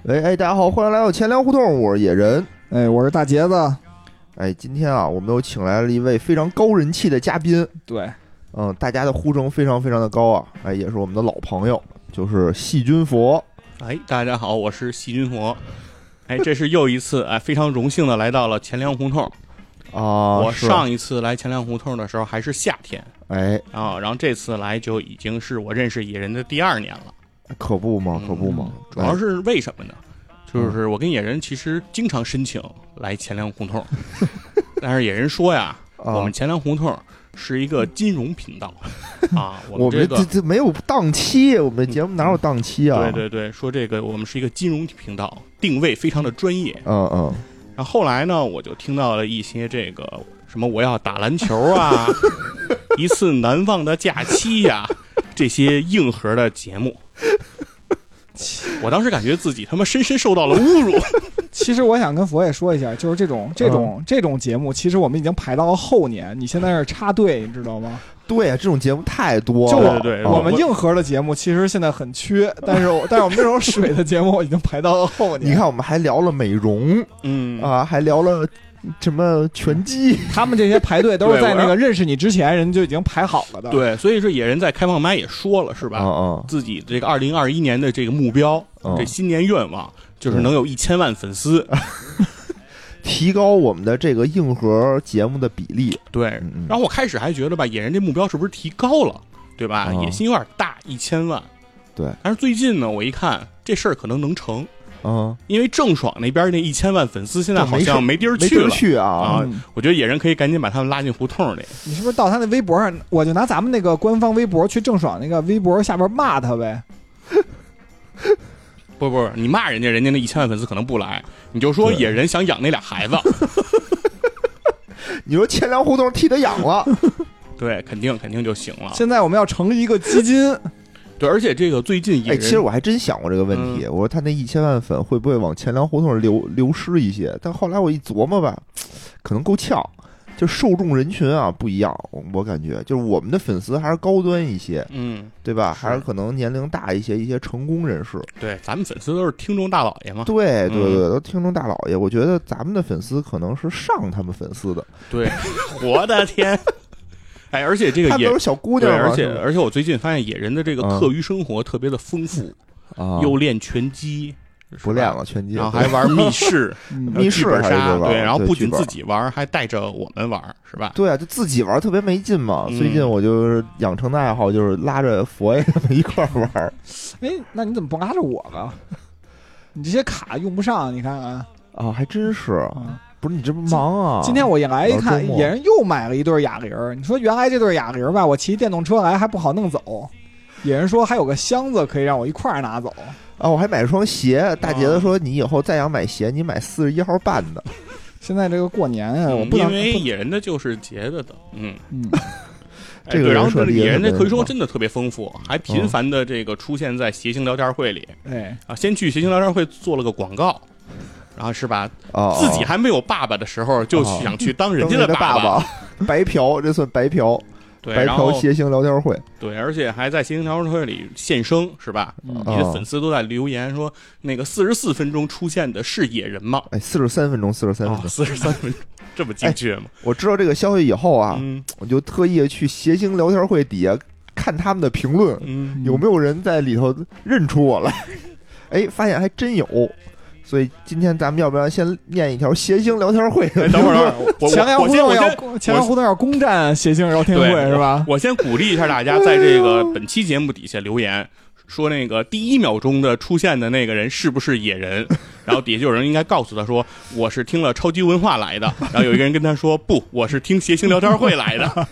大家好，欢迎来到钱粮胡同，我是野人。 我是大杰子。 今天啊，我们又请来了一位非常高人气的嘉宾。 对， 大家的呼声非常非常的高啊。也是我们的老朋友，就是细菌佛。 大家好，我是细菌佛。这是又一次非常荣幸的来到了钱粮胡同啊。我上一次来钱粮胡同的时候还是夏天，然后这次来就已经是我认识野人的第2年了。 可不嘛，可不嘛。 主要是为什么呢？就是我跟野人其实经常申请来钱粮胡同，但是野人说呀，我们钱粮胡同是一个金融频道啊，我们这没有档期，我们节目哪有档期啊？ 对，说这个我们是一个金融频道，定位非常的专业。然后后来呢，我就听到了一些这个什么我要打篮球啊，一次难忘的假期呀，这些硬核的节目。我当时感觉自己他妈深深受到了侮辱。 其实我想跟佛爷说一下，就是这种节目，其实我们已经排到了后年，你现在是插队，你知道吗？ 对啊，这种节目太多了。 对， 我们硬核的节目其实现在很缺，但是我们这种水的节目已经排到了后年。 你看，我们还聊了美容，还聊了什么拳击， 他们这些排队都是在那个认识你之前人就已经排好了的。 对，所以说野人在开放麦也说了，是吧？自己这个2021年的这个目标，这新年愿望就是能有1000万粉丝。 提高我们的这个硬核节目的比例。 对，然后我开始还觉得吧，野人这目标是不是提高了，对吧？野心有点大，1000万。对，但是最近呢，我一看这事儿可能能成。因为郑爽那边那1000万粉丝现在好像没地儿去了。我觉得野人可以赶紧把他们拉进胡同里。 你是不是到他那微博上，我就拿咱们那个官方微博去郑爽那个微博下边骂他呗？ 不，你骂人家那1000万粉丝可能不来，你就说野人想养那俩孩子。 你说钱粮胡同替他养了， 对，肯定就行了。 现在我们要成立一个基金。 对，而且这个最近野人， 其实我还真想过这个问题，我说他那1000万粉会不会往钱粮胡同流失一些？但后来我一琢磨吧，可能够呛，就受众人群啊不一样，我感觉就是我们的粉丝还是高端一些，对吧？还是可能年龄大一些成功人士。 对，咱们粉丝都是听众大老爷嘛。 对，都听众大老爷。我觉得咱们的粉丝可能是上他们粉丝的。 对，我的天。而且这个也都是小姑娘， 而且我最近发现野人的这个课余生活特别的丰富，又练拳击， 不练了拳击， 然后还玩密室、 密室杀，对，然后不仅自己玩，还带着我们玩，是吧？ 对啊，就自己玩特别没劲嘛。最近我就是养成的爱好，就是拉着佛爷他们一块玩。 那你怎么不拉着我呢？你这些卡用不上，你看看啊，还真是。不是你这不忙啊？ 今天我一来一看，野人又买了一对哑铃。你说原来这对哑铃吧，我骑电动车来还不好弄走。野人说还有个箱子可以让我一块儿拿走。 我还买了双鞋。大杰子说你以后再想买鞋，你买41号半的。 现在这个过年啊，我不因为野人的就是杰子的， 这个然后野人的课余生活真的特别丰富，还频繁的这个出现在谐星聊天会里。先去谐星聊天会做了个广告。然后是吧？自己还没有爸爸的时候，就想去当人家的爸爸， 白嫖，这算白嫖。 对， 白嫖谐星聊天会。 对，而且还在谐星聊天会里现身，是吧？你的粉丝都在留言说，那个44分钟出现的是野人吗 ？43分钟，43 分钟，这么精确吗？ 我知道这个消息以后啊，我就特意去谐星聊天会底下看他们的评论，有没有人在里头认出我来？发现还真有。所以今天咱们要不要先念一条谐星聊天会？ 等会儿， 钱粮胡同要攻占谐星聊天会是吧？ 我先鼓励一下大家，在这个本期节目底下留言，说那个第1秒钟的出现的那个人是不是野人？然后底下就有人应该告诉他说，我是听了超级文化来的。然后有一个人跟他说，不，我是听谐星聊天会来的。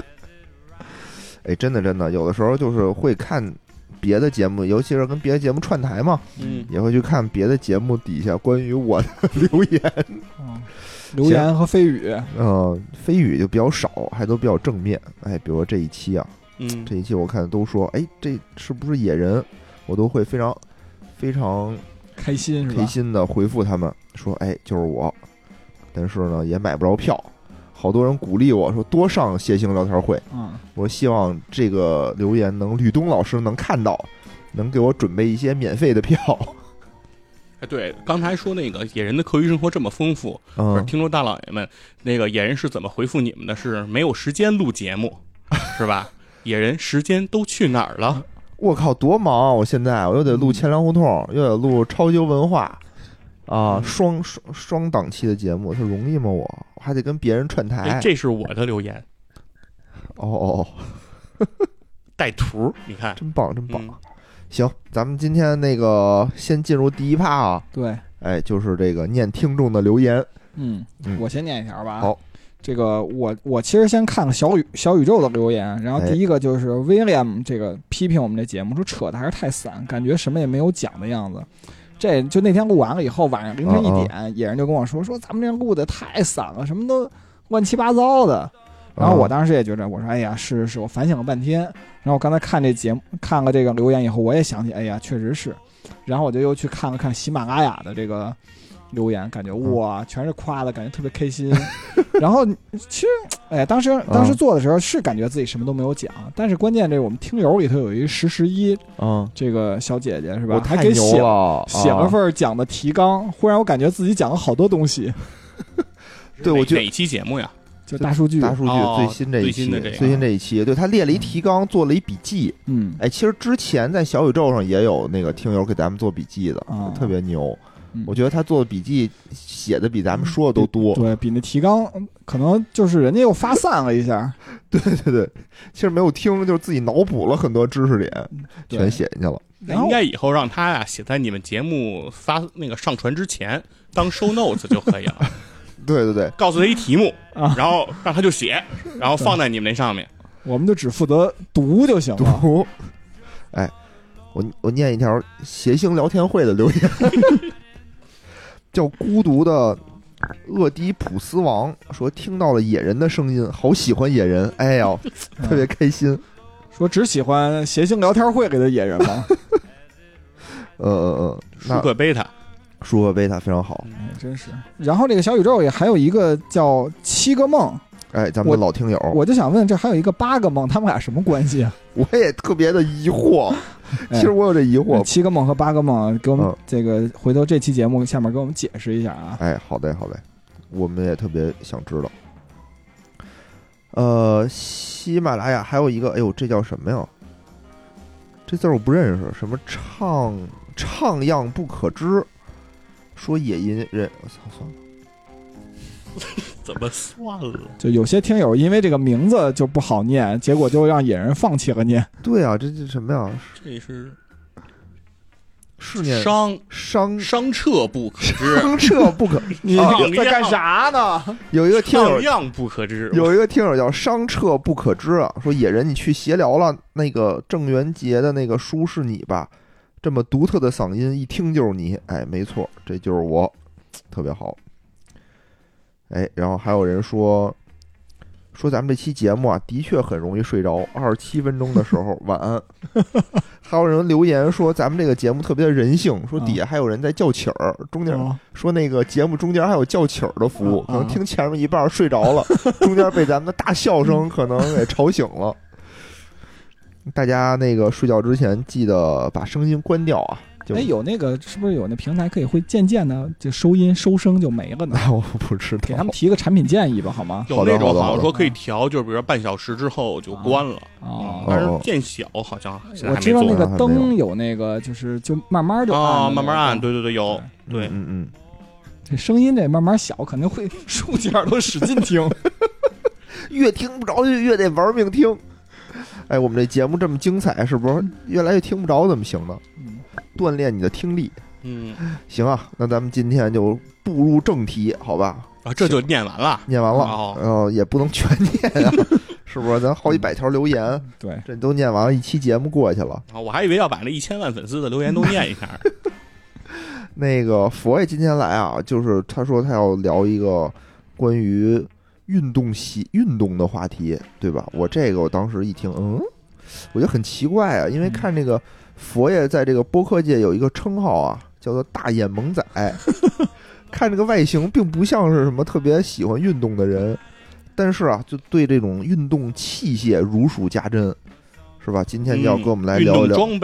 真的，有的时候就是会看别的节目，尤其是跟别的节目串台嘛，也会去看别的节目底下关于我的留言， 留言和飞语， 飞语就比较少，还都比较正面。比如说这一期啊，这一期我看都说，这是不是野人？我都会非常非常开心的回复他们说，就是我。但是呢，也买不着票。好多人鼓励我说多上谐星聊天会，我希望这个留言吕东老师能看到，能给我准备一些免费的票。 对，刚才说那个野人的课余生活这么丰富，听众大老爷们，那个野人是怎么回复你们的？是没有时间录节目，是吧？野人时间都去哪儿了？ 我靠，多忙啊！我现在我又得录钱粮胡同，又得录超级文化啊，双档期的节目，它容易吗？我还得跟别人串台。 这是我的留言。 哦， 带图，你看， 真棒，真棒。行，咱们今天那个先进入第一趴啊。 对， 就是这个念听众的留言。 我先念一条吧。 好， 这个我其实先看了小宇宙的留言，然后第一个就是 William 这个批评我们这节目，说扯的还是太散，感觉什么也没有讲的样子。这就那天录完了以后，晚上凌晨1点，野人就跟我说咱们这录的太散了，什么都乱七八糟的。然后我当时也觉得，我说哎呀，是我反省了半天。然后我刚才看这节目，看了这个留言以后，我也想起，哎呀，确实是。然后我就又去看了看喜马拉雅的这个留言，感觉哇，全是夸的，感觉特别开心。然后其实，当时做的时候是感觉自己什么都没有讲，但是关键这我们听友里头有一11，这个小姐姐是吧？还给写了份讲的提纲，忽然我感觉自己讲了好多东西。 对，我觉得哪期节目呀？ 就大数据最新这一期，对，他列了一提纲，做了一笔记。其实之前在小宇宙上也有那个听友给咱们做笔记的，特别牛。我觉得他做的笔记写的比咱们说的都多， 对比那提纲可能就是人家又发散了一下。 对，其实没有听，就是自己脑补了很多知识点，全写进去了。 应该以后让他呀写在你们节目发那个上传之前当 show notes 就可以了。 对， 告诉他一题目，然后让他就写，然后放在你们那上面， 我们就只负责读就行了。 读，我念一条谐星聊天会的留言，叫孤独的厄迪普斯王说听到了野人的声音，好喜欢野人，哎呀，特别开心。 说只喜欢谐星聊天会里的野人吗？ 舒克贝塔。 舒克贝塔非常好， 真是。然后这个小宇宙也还有一个叫7个梦， 咱们的老听友， 我就想问，这还有一个8个梦，他们俩什么关系啊？ 我也特别的疑惑，其实我有这疑惑。 7个梦和8个梦，给我们这个回头这期节目下面给我们解释一下啊。 好嘞，我们也特别想知道。喜马拉雅还有一个，这叫什么呀？这字我不认识，什么唱样不可知。说野音人，我操，算了， 怎么算了？ 就有些听友因为这个名字就不好念，结果就让野人放弃了念。 对啊，这什么呀？ 这是念伤彻不可知， 伤彻不可。 你在干啥呢？ 有一个听友样不可知， 有一个听友叫伤彻不可知啊，说野人你去闲聊了，那个郑渊洁的那个书是你吧？这么独特的嗓音，一听就是你，没错，这就是我，特别好。然后还有人说咱们这期节目啊，的确很容易睡着，27分钟的时候晚安。还有人留言说咱们这个节目特别的人性，说底下还有人在叫曲儿，中间说那个节目中间还有叫曲儿的服务，可能听前面一半睡着了，中间被咱们的大笑声可能给吵醒了。大家那个睡觉之前记得把声音关掉啊！ 有那个是不是有那平台可以会渐渐的就收音收声就没了呢？ 我不知道， 给他们提个产品建议吧，好吗？ 有那种好像说可以调，就比如说半小时之后就关了但是变小好像我知道那个灯有那个就慢慢就按慢慢按，对有对， 这声音这慢慢小，肯定会竖起耳朵使劲听， 越听不着就越得玩命听。我们这节目这么精彩，是不是越来越听不着怎么行呢？锻炼你的听力。行啊，那咱们今天就步入正题，好吧？ 这就念完了， 也不能全念啊，是不是？咱好几百条留言， 对， 这都念完了，一期节目过去了。 我还以为要把那1000万粉丝的留言都念一下。 那个佛爷今天来啊，就是他说他要聊一个关于运动的话题，对吧？我当时一听，我觉得很奇怪啊，因为看这个佛爷在这个播客界有一个称号啊，叫做大眼萌仔。看这个外形并不像是什么特别喜欢运动的人，但是啊，就对这种运动器械如数家珍，是吧？今天就要跟我们来聊一聊运动装备。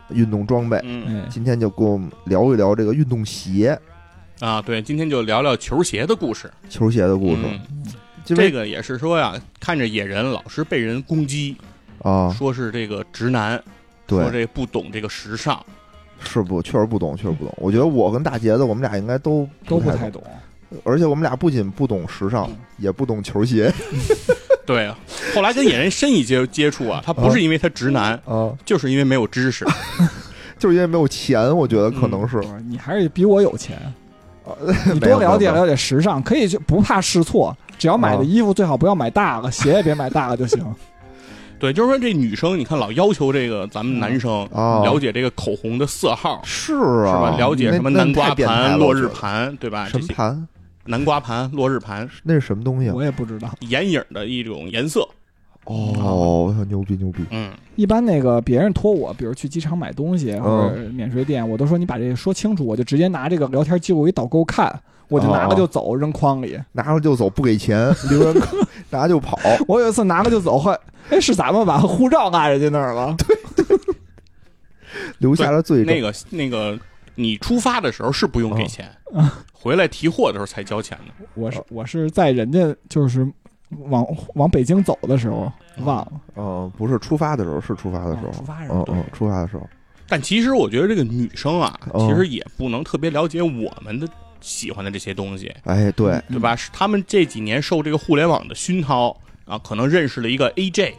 运动装备。今天就跟我们聊一聊这个运动鞋啊。对，今天就聊聊球鞋的故事。 球鞋的故事， 这个也是说呀，看着野人老是被人攻击啊， 说是这个直男， 对， 说这不懂这个时尚。 是不，确实不懂，确实不懂。我觉得我跟大杰子，我们俩应该都不太懂， 而且我们俩不仅不懂时尚，也不懂球鞋。 对啊，后来跟野人深一接触啊，他不是因为他直男啊，就是因为没有知识， 就是因为没有钱。我觉得可能是你还是比我有钱，你多了解了解时尚，可以就不怕试错，只要买的衣服最好不要买大了，鞋也别买大了就行。 对，就是说这女生，你看老要求这个咱们男生了解这个口红的色号， 是啊， 是吧？了解什么南瓜盘、落日盘，对吧？ 什么盘？ 南瓜盘、落日盘， 那是什么东西？ 我也不知道。 眼影的一种颜色。 哦，牛逼牛逼。 一般那个别人托我，比如去机场买东西或者免税店，我都说你把这个说清楚，我就直接拿这个聊天记录一导购看，我就拿了就走，扔筐里， 拿了就走，不给钱，留人拿就跑。 我有一次拿了就走，是咱们把护照落人家那儿了， 对，留下了罪证。 那个，你出发的时候是不用给钱，回来提货的时候才交钱的。 我是在人家就是往北京走的时候忘了。 不是出发的时候，是出发的时候，出发的时候。 但其实我觉得这个女生啊，其实也不能特别了解我们的喜欢的这些东西。 哎，对吧？是他们这几年受这个互联网的熏陶啊，可能认识了一个 AJ。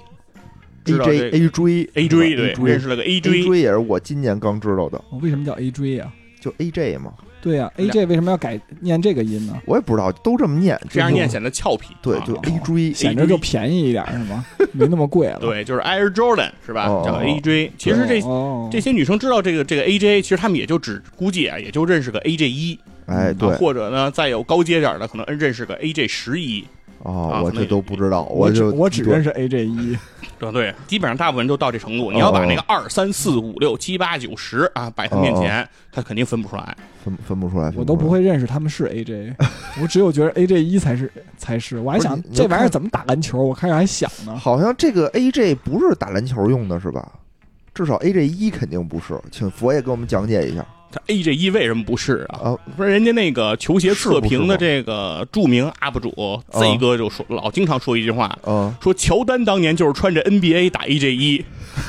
A 追， 对，认识了个 A 追也是我今年刚知道的。 为什么叫 A 追呀？ 就 AJ 嘛。 对呀，AJ 为什么要念这个音呢？ 我也不知道，都这么念， 这样念显得俏皮。 对，就 A 追， 显得就便宜一点是吗？没那么贵了。 对，就是 Air Jordan 是吧？叫 A 追。其实这些女生知道这个 AJ， 其实她们也就只估计啊，也就认识个 AJ1。 哎，对， 或者呢，再有高阶点的，可能认识个 AJ11。 我这都不知道， 我只认识 AJ1。 对，基本上大部分人都到这程度。你要把那个2、3、4、5、6、7、8、9、10啊摆他面前，他肯定分不出来， 分不出来。 我都不会认识他们是 AJ， 我只有觉得 AJ1 才是。我还想这玩意儿怎么打篮球，我开始还想呢。 好像这个 AJ 不是打篮球用的是吧？至少 AJ1 肯定不是，请佛爷给我们讲解一下。 他 AJ1 为什么不是啊？不是人家那个球鞋测评的这个著名 UP 主 Z 哥就说，老经常说一句话，说乔丹当年就是穿着 NBA 打 AJ1，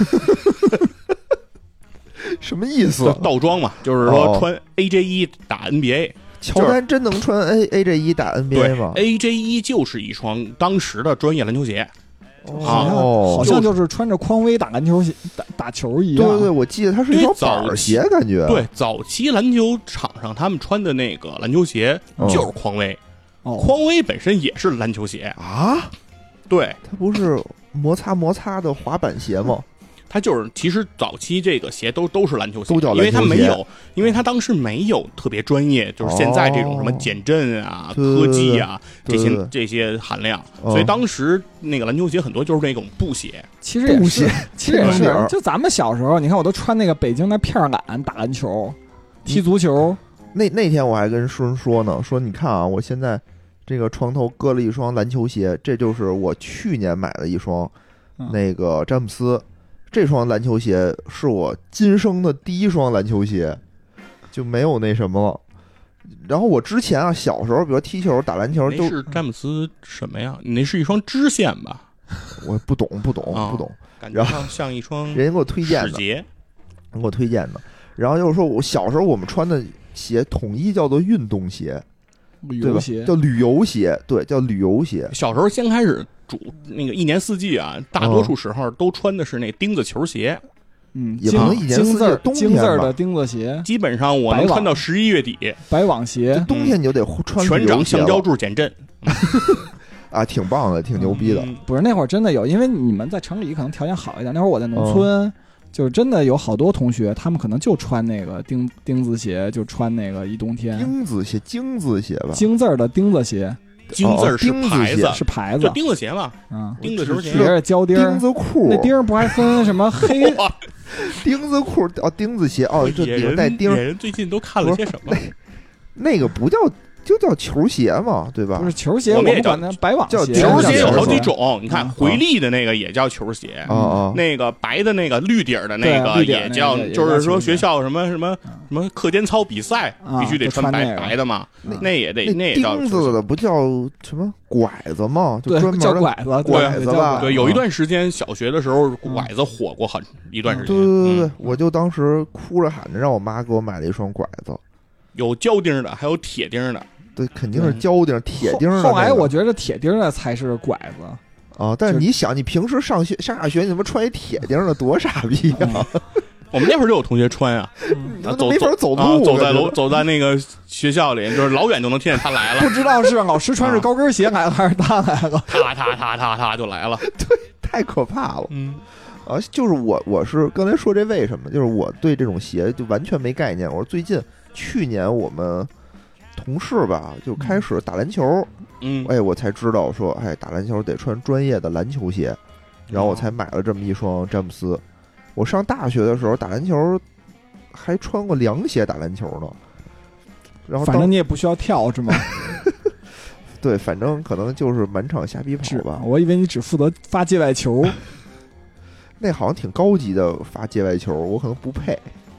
什么意思？ 倒装嘛，就是说穿 AJ1 打 NBA。 乔丹真能穿 AJ1 打 NBA 吗 ？AJ1 就是一双当时的专业篮球鞋。 好像就是穿着匡威打篮球鞋打球一样。 对，我记得它是一双板鞋，感觉。 对，早期篮球场上他们穿的那个篮球鞋就是匡威，匡威本身也是篮球鞋啊。 对， 它不是摩擦的滑板鞋吗？ 它就是，其实早期这个鞋都是篮球鞋， 都叫篮球鞋， 因为它没有，因为它当时没有特别专业，就是现在这种什么减震啊、科技啊这些含量，所以当时那个篮球鞋很多就是那种布鞋。 其实也是，就咱们小时候，你看我都穿那个北京的片杆打篮球、踢足球。 那天我还跟顺说呢，说你看啊，我现在这个床头搁了一双篮球鞋，这就是我去年买的一双那个詹姆斯。这双篮球鞋是我今生的第一双篮球鞋，就没有那什么了。然后我之前啊，小时候比如踢球、打篮球都是詹姆斯什么呀？你那是一双织线吧？ 我不懂， 感觉像一双人家给我推荐的，然后就是说我小时候我们穿的鞋统一叫做运动鞋，对吧？叫旅游鞋，对，叫旅游鞋。 小时候先开始那个一年四季啊，大多数时候都穿的是那钉子球鞋。 也不能一年四季，冬天金字的钉子鞋， 基本上我能穿到11月底。 白网鞋， 冬天你就得穿全掌橡胶柱减震。 啊，挺棒的，挺牛逼的。 不是那会儿真的有，因为你们在城里可能条件好一点，那会儿我在农村。就是真的有好多同学，他们可能就穿那个钉子鞋，就穿那个一冬天。 钉子鞋吧， 京字的钉子鞋， 京字是牌子， 是牌子， 就钉子鞋嘛，钉子球鞋， 别着胶钉， 钉子裤， 那钉不还分什么黑钉子裤钉子鞋这里边带钉。 野人最近都看了些什么？ 那个不叫就叫球鞋嘛，对吧？ 不是球鞋， 我们也管它白网叫鞋。 球鞋有好几种， 种，你看回力的那个也叫球鞋，那个白的那个绿底的那个也叫，就是说学校什么课间操比赛必须得穿白的嘛，那也叫钉子的不叫什么拐子吗？就专门叫拐子吧。 对，有一段时间小学的时候拐子火过一段时间。 对，我就当时哭着喊着让我妈给我买了一双拐子，有胶钉的，还有铁钉的。 对，肯定是胶钉、铁钉的。 后来我觉得铁钉的才是拐子啊！但是你想，你平时上下学，你怎么穿一铁钉的，多傻逼啊！ 我们那会儿就有同学穿啊， 没法走路， 走在那个学校里，就是老远就能听见他来了。 不知道是老师穿着高跟鞋来了，还是他来了？ 他就来了。 对，太可怕了。就是我是刚才说这为什么？就是我对这种鞋就完全没概念。我最近去年我们同事吧就开始打篮球，我才知道说，打篮球得穿专业的篮球鞋，然后我才买了这么一双詹姆斯。我上大学的时候打篮球还穿过凉鞋打篮球呢，然后反正你也不需要跳是吗？ 对，反正可能就是满场瞎逼跑吧。 我以为你只负责发界外球， 那好像挺高级的发界外球，我可能不配。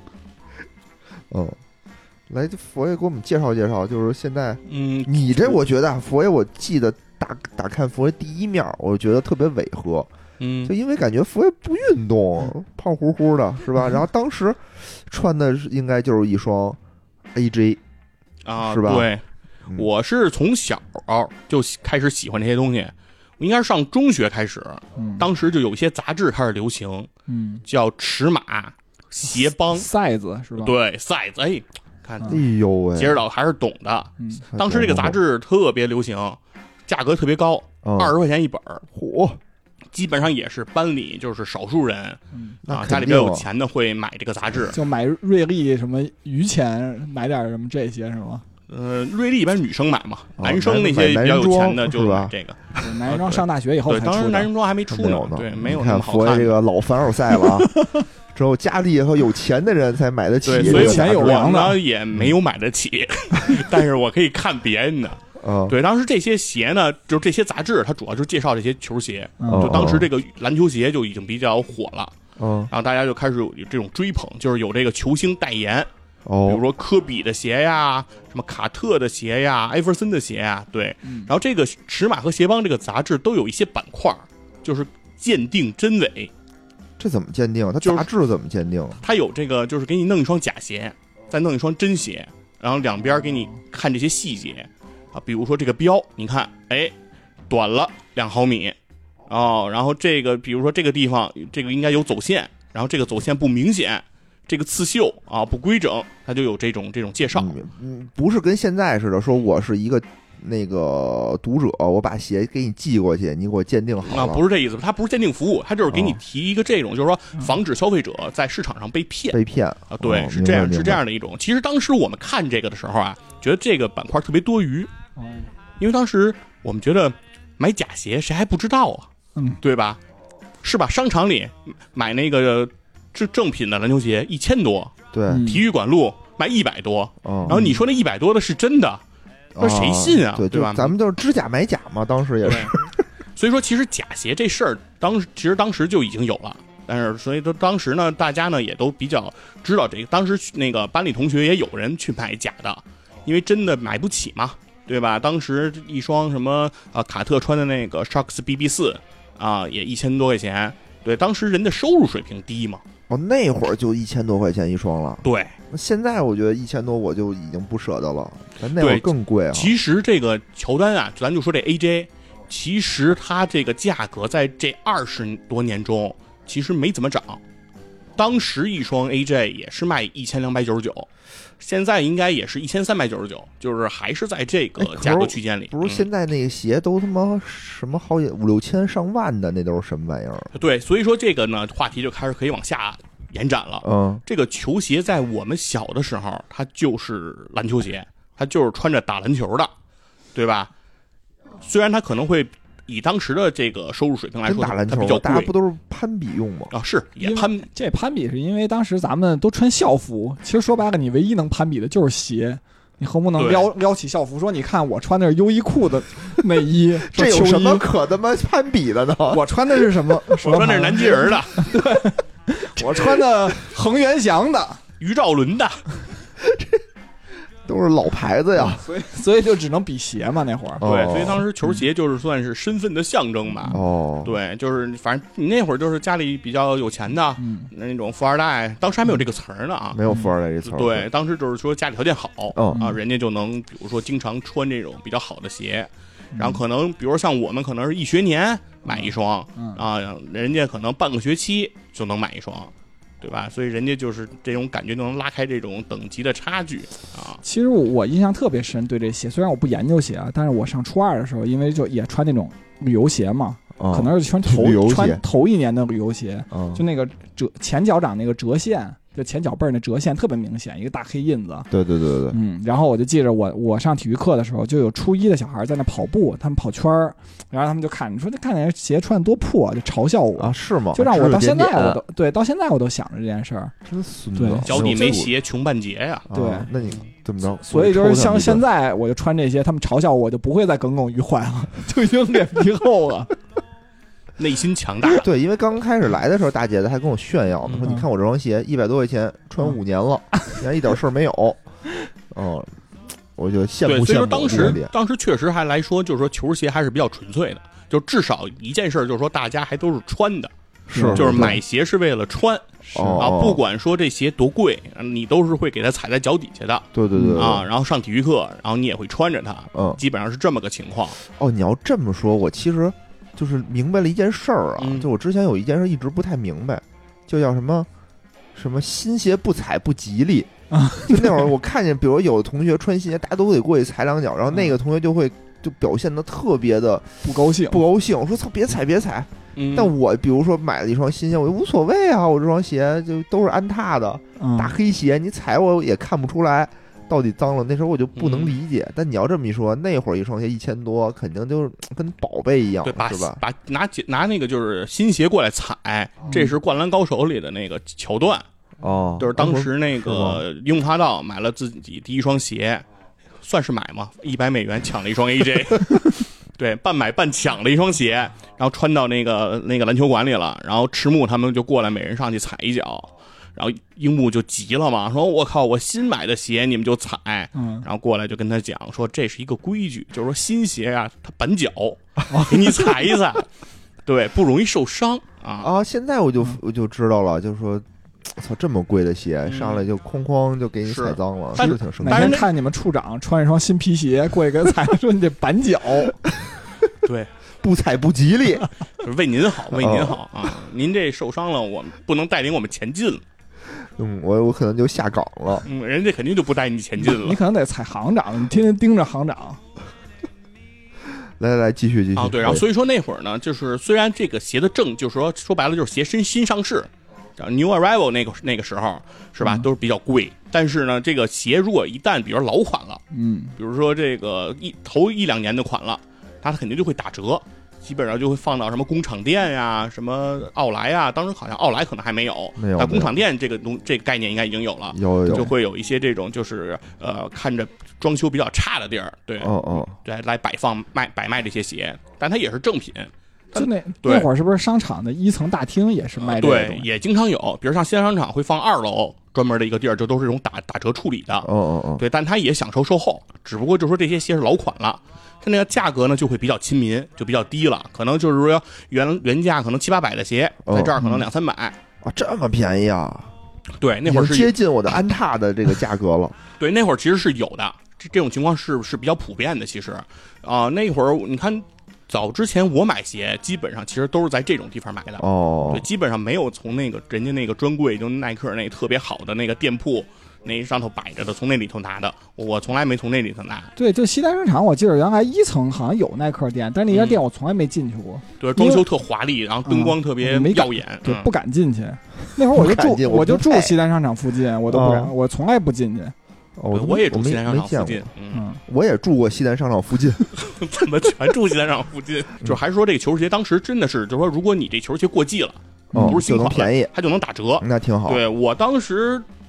来，佛爷给我们介绍介绍，就是现在，你这我觉得佛爷，我记得打看佛爷第一面，我觉得特别违和，就因为感觉佛爷不运动，胖乎乎的，是吧？然后当时穿的应该就是一双 AJ 啊， 是吧？ 对，我是从小就开始喜欢这些东西，我应该是上中学开始，当时就有一些杂志开始流行，叫尺码、鞋帮、 size 是吧？ 对 size，看， 哎呦喂， 杰指导还是懂的。当时这个杂志特别流行，价格特别高，20块钱一本， 嚯！ 基本上也是班里就是少数人家里比较有钱的会买这个杂志， 就买瑞丽什么余钱，买点什么这些是吗？ 瑞丽一般女生买嘛，男生那些比较有钱的就买这个。 男人装上大学以后才出的， 当时男人装还没出呢，对，没有那么好看。 佛爷这个老凡尔赛了啊！只有家里和有钱的人才买得起， 所以钱有粮呢也没有买得起，但是我可以看别人的。对，当时这些鞋呢，就是这些杂志，它主要就是介绍这些球鞋。就当时这个篮球鞋就已经比较火了，然后大家就开始有这种追捧，就是有这个球星代言。比如说科比的鞋呀，什么卡特的鞋呀，艾弗森的鞋呀，对。然后这个尺码和鞋帮这个杂志都有一些板块，就是鉴定真伪。 这怎么鉴定？它杂志怎么鉴定？ 它有这个，就是给你弄一双假鞋，再弄一双真鞋，然后两边给你看这些细节啊，比如说这个标，你看，短了2毫米然后这个，比如说这个地方，这个应该有走线，然后这个走线不明显。这个刺绣不规整，它就有这种介绍。 不是跟现在似的，说我是一个那个读者，我把鞋给你寄过去，你给我鉴定好了。 不是这意思，它不是鉴定服务，它就是给你提一个这种，就是说防止消费者在市场上被骗对，是这样的一种。其实当时我们看这个的时候觉得这个板块特别多余，因为当时我们觉得买假鞋谁还不知道对吧？是吧？商场里买那个正品的篮球鞋1000多， 对， 体育馆路卖100多，然后你说那100多的是真的，那谁信啊？对吧？ 咱们就是知假买假嘛，当时也是。 所以说，其实假鞋这事儿，当时就已经有了，但是所以说当时呢，大家呢也都比较知道这个。当时那个班里同学也有人去买假的，因为真的买不起嘛，对吧？当时一双什么卡特穿的那个 Sharks BB4也1000多块钱，对，当时人的收入水平低嘛。 那会儿就1000多块钱一双了。 对， 现在我觉得1000多我就已经不舍得了，但那会儿更贵其实这个乔丹咱就说这 AJ， 其实它这个价格在这20多年中其实没怎么涨。当时一双 AJ 也是卖1299，现在应该也是1399，就是还是在这个价格区间里。 不是现在那个鞋都他妈什么好5、6千上万的，那都是什么玩意儿？ 对，所以说这个呢话题就开始可以往下延展了。这个球鞋在我们小的时候，它就是篮球鞋，它就是穿着打篮球的，对吧？虽然它可能会以当时的这个收入水平来说， 打篮球它比较贵， 大家不都是攀比用吗？ 是也攀比是因为当时咱们都穿校服，其实说白了，你唯一能攀比的就是鞋。 你恨不能撩起校服说：“你看我穿的是优衣库的内衣， 这有什么可他妈攀比的呢？ 我穿的是什么？ 我穿的是南极人的， 对，我穿的恒源祥的， 于兆伦的。” 都是老牌子呀， 所以就只能比鞋嘛那会儿。 对，所以当时球鞋就是算是身份的象征吧。 哦， 对，就是反正你那会儿就是家里比较有钱的，那种富二代，当时还没有这个词儿呢啊， 没有富二代这词儿。 对，当时就是说家里条件好，啊，人家就能比如说经常穿这种比较好的鞋，然后可能比如说像我们可能是一学年买一双，啊，人家可能半个学期就能买一双。对吧？所以人家就是这种感觉，就能拉开这种等级的差距啊。 其实我印象特别深，对这鞋，虽然我不研究鞋啊，但是我上初二的时候，因为就也穿那种旅游鞋嘛，可能是穿头一年的旅游鞋，就那个前脚掌那个折线，就前脚背那折线特别明显，一个大黑印子。 对， 然后我就记着我上体育课的时候，就有初一的小孩在那跑步，他们跑圈儿，然后他们就看，你说看那鞋穿得多破，就嘲笑我啊，是吗？ 就让我到现在到现在我都想着这件事儿， 真损的， 脚底没鞋穷半截呀。 对， 那你怎么着？ 所以就是像现在我就穿这些，他们嘲笑我就不会再耿耿于怀了，就已经脸皮厚了。 内心强大。 对，因为刚开始来的时候，大姐姐还跟我炫耀呢，说你看我这双鞋100多块钱，穿5年了，你看一点事儿没有。我就羡慕羡慕。 对，所以说当时确实还来说，就是说球鞋还是比较纯粹的，就至少一件事就是说大家还都是穿的，就是买鞋是为了穿。啊，不管说这鞋多贵，你都是会给它踩在脚底下的。 对啊，然后上体育课，然后你也会穿着它。基本上是这么个情况。 哦，你要这么说，我其实就是明白了一件事儿啊，就我之前有一件事一直不太明白，就叫什么新鞋不踩不吉利啊。就那会儿我看见，比如有的同学穿新鞋，大家都得过去踩两脚，然后那个同学就表现得特别的不高兴。 我说操，别踩。但我比如说买了一双新鞋，我就无所谓啊，我这双鞋就都是安踏的大黑鞋，你踩我也看不出来到底脏了。那时候我就不能理解。但你要这么一说，那会儿一双鞋1000多，肯定就是跟宝贝一样， 对， 是吧？ 把拿那个就是新鞋过来踩，这是《灌篮高手》里的那个桥段哦， 就是当时那个樱木花道买了自己第一双鞋，算是买吗？$100抢了一双 AJ。对，半买半抢的一双鞋，然后穿到那个篮球馆里了，然后赤木他们就过来，每人上去踩一脚，然后樱木就急了嘛，说我靠，我新买的鞋你们就踩，然后过来就跟他讲说这是一个规矩，就是说新鞋啊它板脚，给你踩一踩，对，不容易受伤啊。 现在我就知道了，就是说。操，这么贵的鞋上来就哐哐就给你踩脏了，是挺生气。 哪天看你们处长穿一双新皮鞋过去给他踩，说你得板脚， 对， 不踩不吉利， 就是为您好，为您好啊！您这受伤了，我们不能带领我们前进了。 我可能就下岗了。 人家肯定就不带你前进了。 你可能得踩行长，你天天盯着行长。 来继续啊！对，然后所以说那会儿呢，就是虽然这个鞋的就是说白了就是鞋新上市。New Arrival 那个时候是吧，都是比较贵。但是呢，这个鞋如果一旦比如老款了，比如说这个头1-2年的款了，它肯定就会打折，基本上就会放到什么工厂店呀、什么奥莱呀。当时好像奥莱可能还没有，但工厂店这个概念应该已经有了，就会有一些这种就是看着装修比较差的地儿，对，对，来摆卖这些鞋，但它也是正品。 就那会儿是不是商场的1层大厅也是卖这个？ 对，也经常有，比如像西单商场会放2楼专门的一个地儿，就都是这种打折处理的。对，但它也享受售后，只不过就说这些鞋是老款了，它那个价格呢就会比较亲民，就比较低了，可能就是说原价可能700-800的鞋，在这儿可能200-300 啊，这么便宜啊？ 对，那会儿是接近我的安踏的这个价格了。 对，那会儿其实是有的，这种情况是比较普遍的。其实那会儿你看。早之前我买鞋基本上其实都是在这种地方买的对，基本上没有从那个人家那个专柜，就耐克那特别好的那个店铺那上头摆着的，从那里头拿的，我从来没从那里头拿。 对，就西单商场，我记得原来1层好像有耐克店，但是那家店我从来没进去过。 对，装修特华丽，然后灯光特别耀眼， 对，不敢进去。那会儿我就住西单商场附近，我都不敢，我从来不进去。 我也住西单商场附近， 我也住过西单商场附近。 怎么全住西单商场附近？就还是说这个球鞋当时真的是，就是说如果你这球鞋过季了，不是新款， 便宜， 它就能打折， 那挺好。 对，我当时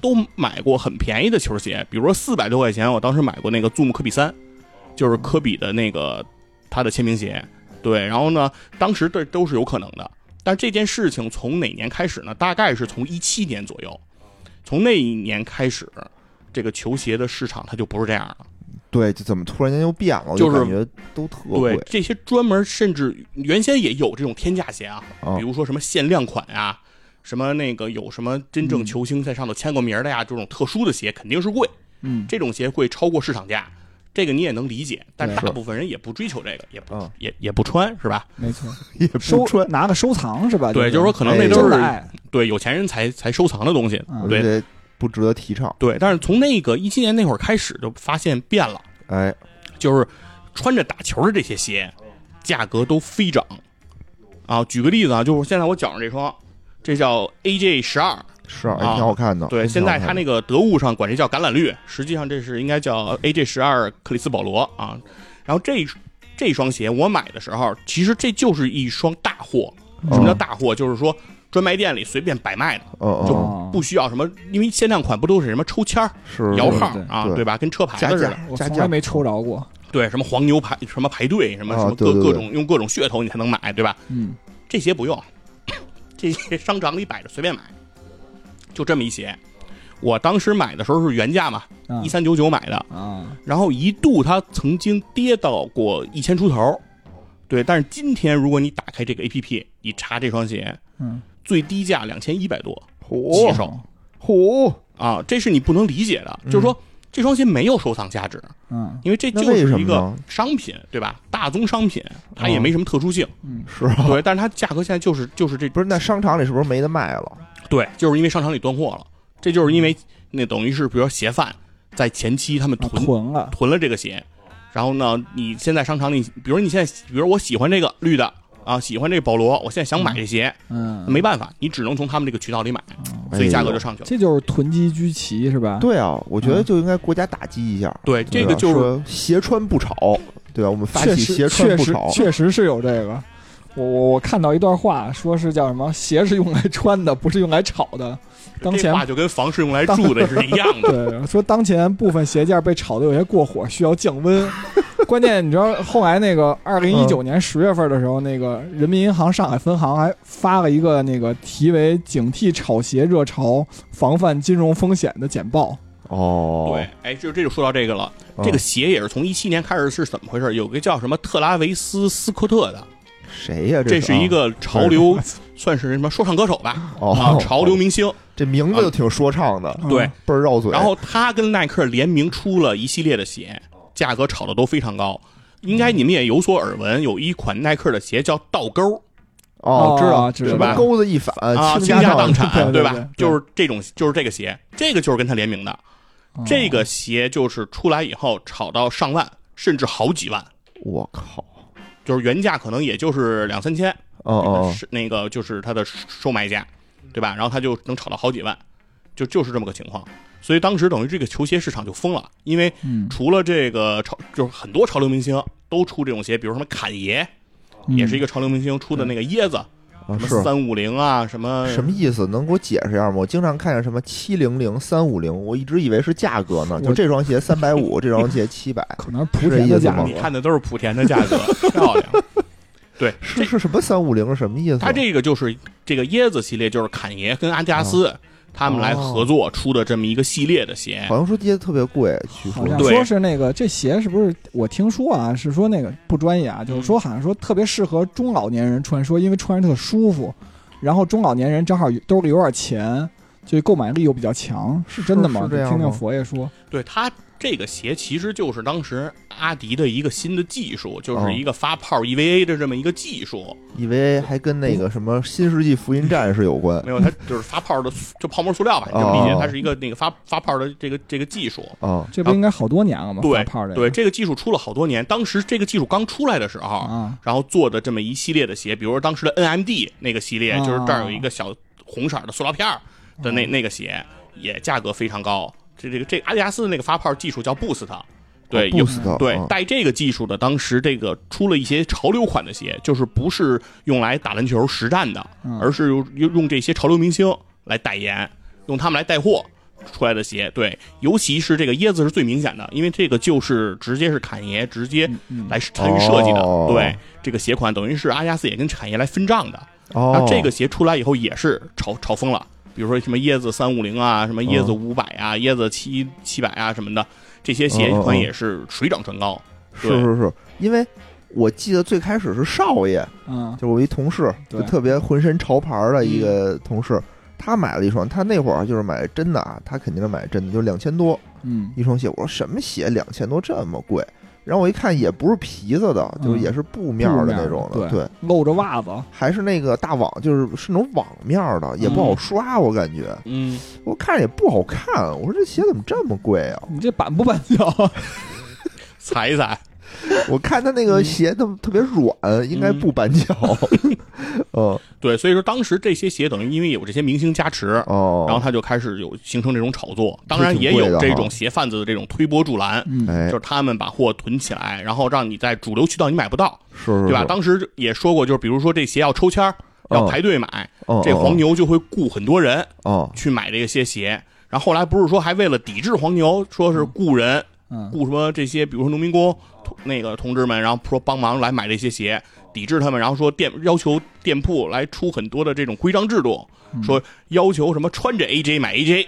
都买过很便宜的球鞋，比如说400多块钱，我当时买过那个 Zoom 科比3，就是科比的那个他的签名鞋。对，然后呢，当时这都是有可能的。但这件事情从哪年开始呢？大概是从17年左右，从那一年开始，这个球鞋的市场它就不是这样了。对， 就怎么突然间又变了？ 就是感觉都特贵。 对，这些专门甚至原先也有这种天价鞋啊，比如说什么限量款啊，什么那个有什么真正球星在上头签过名的呀，这种特殊的鞋肯定是贵。这种鞋会超过市场价。这个你也能理解，但大部分人也不追求这个，也不穿，是吧？ 没错， 也不穿， 拿个收藏是吧？ 对，就是说可能那都是对有钱人才收藏的东西，对， 不值得提倡。 对，但是从那个17年那会儿开始，就发现变了，就是穿着打球的这些鞋，价格都飞涨啊！举个例子啊，就是现在我脚上这双，这叫 AJ12。 挺好看的。 对，现在他那个得物上管这叫橄榄绿，实际上这是应该叫 AJ12 克里斯保罗啊。然后这双鞋我买的时候，其实这就是一双大货。什么叫大货？就是说专卖店里随便摆卖的，就不需要什么，因为限量款不都是什么抽签摇号啊，对吧？跟车牌子似的。 我从来没抽着过。 对，什么黄牛排什么排队，什么各种用各种噱头你才能买，对吧？这鞋不用，这些商场里摆着随便买。就这么一鞋，我当时买的时候是原价嘛，1399买的然后一度它曾经跌到过1000出头，对，但是今天如果你打开这个 APP， 你查这双鞋，最低价2100多起手，啊，这是你不能理解的，就是说这双鞋没有收藏价值，因为这就是一个商品，对吧？大宗商品，它也没什么特殊性， 是啊， 对，但是它价格现在就是这， 不是那商场里是不是没得卖了？ 对，就是因为商场里断货了，这就是因为那等于是，比如说鞋贩在前期他们囤了这个鞋，然后呢，你现在商场里，比如现在，比如我喜欢这个绿的啊，喜欢这个保罗，我现在想买这鞋，没办法，你只能从他们这个渠道里买，所以价格就上去了。 这就是囤积居奇是吧？ 对啊，我觉得就应该国家打击一下。 对，这个就是鞋穿不炒，对吧？我们发起鞋穿不炒， 确实是有这个。我看到一段话，说是叫什么？鞋是用来穿的，不是用来炒的。当前这话就跟房是用来住的是一样的。 对，说当前部分鞋件被炒的有些过火，需要降温。关键你知道后来那个2019年10月份的时候，那个人民银行上海分行还发了一个那个题为“警惕炒鞋热潮，防范金融风险”的简报。 对，这就说到这个了。这个鞋也是从17年开始是怎么回事？有个叫什么特拉维斯·斯科特的。 谁呀？ 这是一个潮流，算是什么说唱歌手吧？潮流明星， 这名字就挺说唱的， 对， 倍儿绕嘴。 然后他跟耐克联名出了一系列的鞋，价格炒的都非常高。应该你们也有所耳闻，有一款耐克的鞋叫倒钩。 知道是吧？钩子一反倾家荡产，对吧？ 对， 就是这种，就是这个鞋，这个就是跟他联名的。这个鞋就是出来以后炒到上万，甚至好几万。 我靠！ 就是原价可能也就是2-3千， 是那个就是它的收买价，对吧？然后它就能炒到好几万，就是这么个情况。所以当时等于这个球鞋市场就疯了，因为除了这个就是很多潮流明星都出这种鞋，比如什么侃爷，也是一个潮流明星出的那个椰子，什么350啊，什么意思？能给我解释一下吗？我经常看见什么700、350，我一直以为是价格呢。就这双鞋350，这双鞋700， 可能是莆田的价格。 你看的都是莆田的价格，漂亮。对， 是什么350是什么意思？ 它这个就是这个椰子系列，就是侃爷跟阿迪达斯。他们来合作出的这么一个系列的鞋， 好像说跌的特别贵， 好像说是那个这鞋是不是？我听说啊，是说那个不专业啊，就是说好像说特别适合中老年人穿，说因为穿着特舒服，然后中老年人正好兜里有点钱，就购买力又比较强，是真的吗？ 是这样吗？ 听听佛爷说， 对他。这个鞋其实就是当时阿迪的一个新的技术，就是一个发泡 EVA 的这么一个技术。 EVA 还跟那个什么新世纪福音战士有关？ 没有，它就是发泡的，就泡沫塑料吧，这么理解。它是一个那个发泡的这个技术。 这不应该好多年了吗？ 对， 发泡的。 对，这个技术出了好多年。当时这个技术刚出来的时候，然后做的这么一系列的鞋，比如说当时的 NMD 那个系列，就是这儿有一个小红色的塑料片的那个鞋，也价格非常高。这阿迪达斯的那个发泡技术叫 Boost， 对，对，带这个技术的，当时这个出了一些潮流款的鞋，就是不是用来打篮球实战的，而是用这些潮流明星来代言，用他们来带货， 出来的鞋，对，尤其是这个椰子是最明显的，因为这个就是直接是侃爷直接来参与设计的，对，这个鞋款等于是阿迪达斯也跟侃爷来分账的。然后这个鞋出来以后也是炒疯了，比如说什么椰子350啊，什么椰子500啊，椰子700啊什么的，这些鞋款也是水涨船高。 是，因为我记得最开始是少爷，就我一同事，就特别浑身潮牌的一个同事，他买了一双，他那会儿就是买真的啊，他肯定是买真的，就是2000多，一双鞋。我说什么鞋2000多这么贵？然后我一看也不是皮子的，就是也是布面的那种的，对， 露着袜子， 还是那个大网，就是那种网面的，也不好刷，我感觉，我看着也不好看。我说这鞋怎么这么贵啊？ 你这板不板脚？ 踩一踩。 我看他那个鞋特别软，应该不板脚。 对，所以说当时这些鞋等于因为有这些明星加持，然后他就开始有形成这种炒作。当然也有这种鞋贩子的这种推波助澜，就是他们把货囤起来，然后让你在主流渠道你买不到，对吧？当时也说过，就是比如说这鞋要抽签要排队买，这黄牛就会雇很多人去买这些鞋。然后后来不是说还为了抵制黄牛，说是雇人。雇什么这些，比如说农民工那个同志们，然后说帮忙来买这些鞋，抵制他们，然后说要求店铺来出很多的这种规章制度，说要求什么穿着 AJ 买 AJ，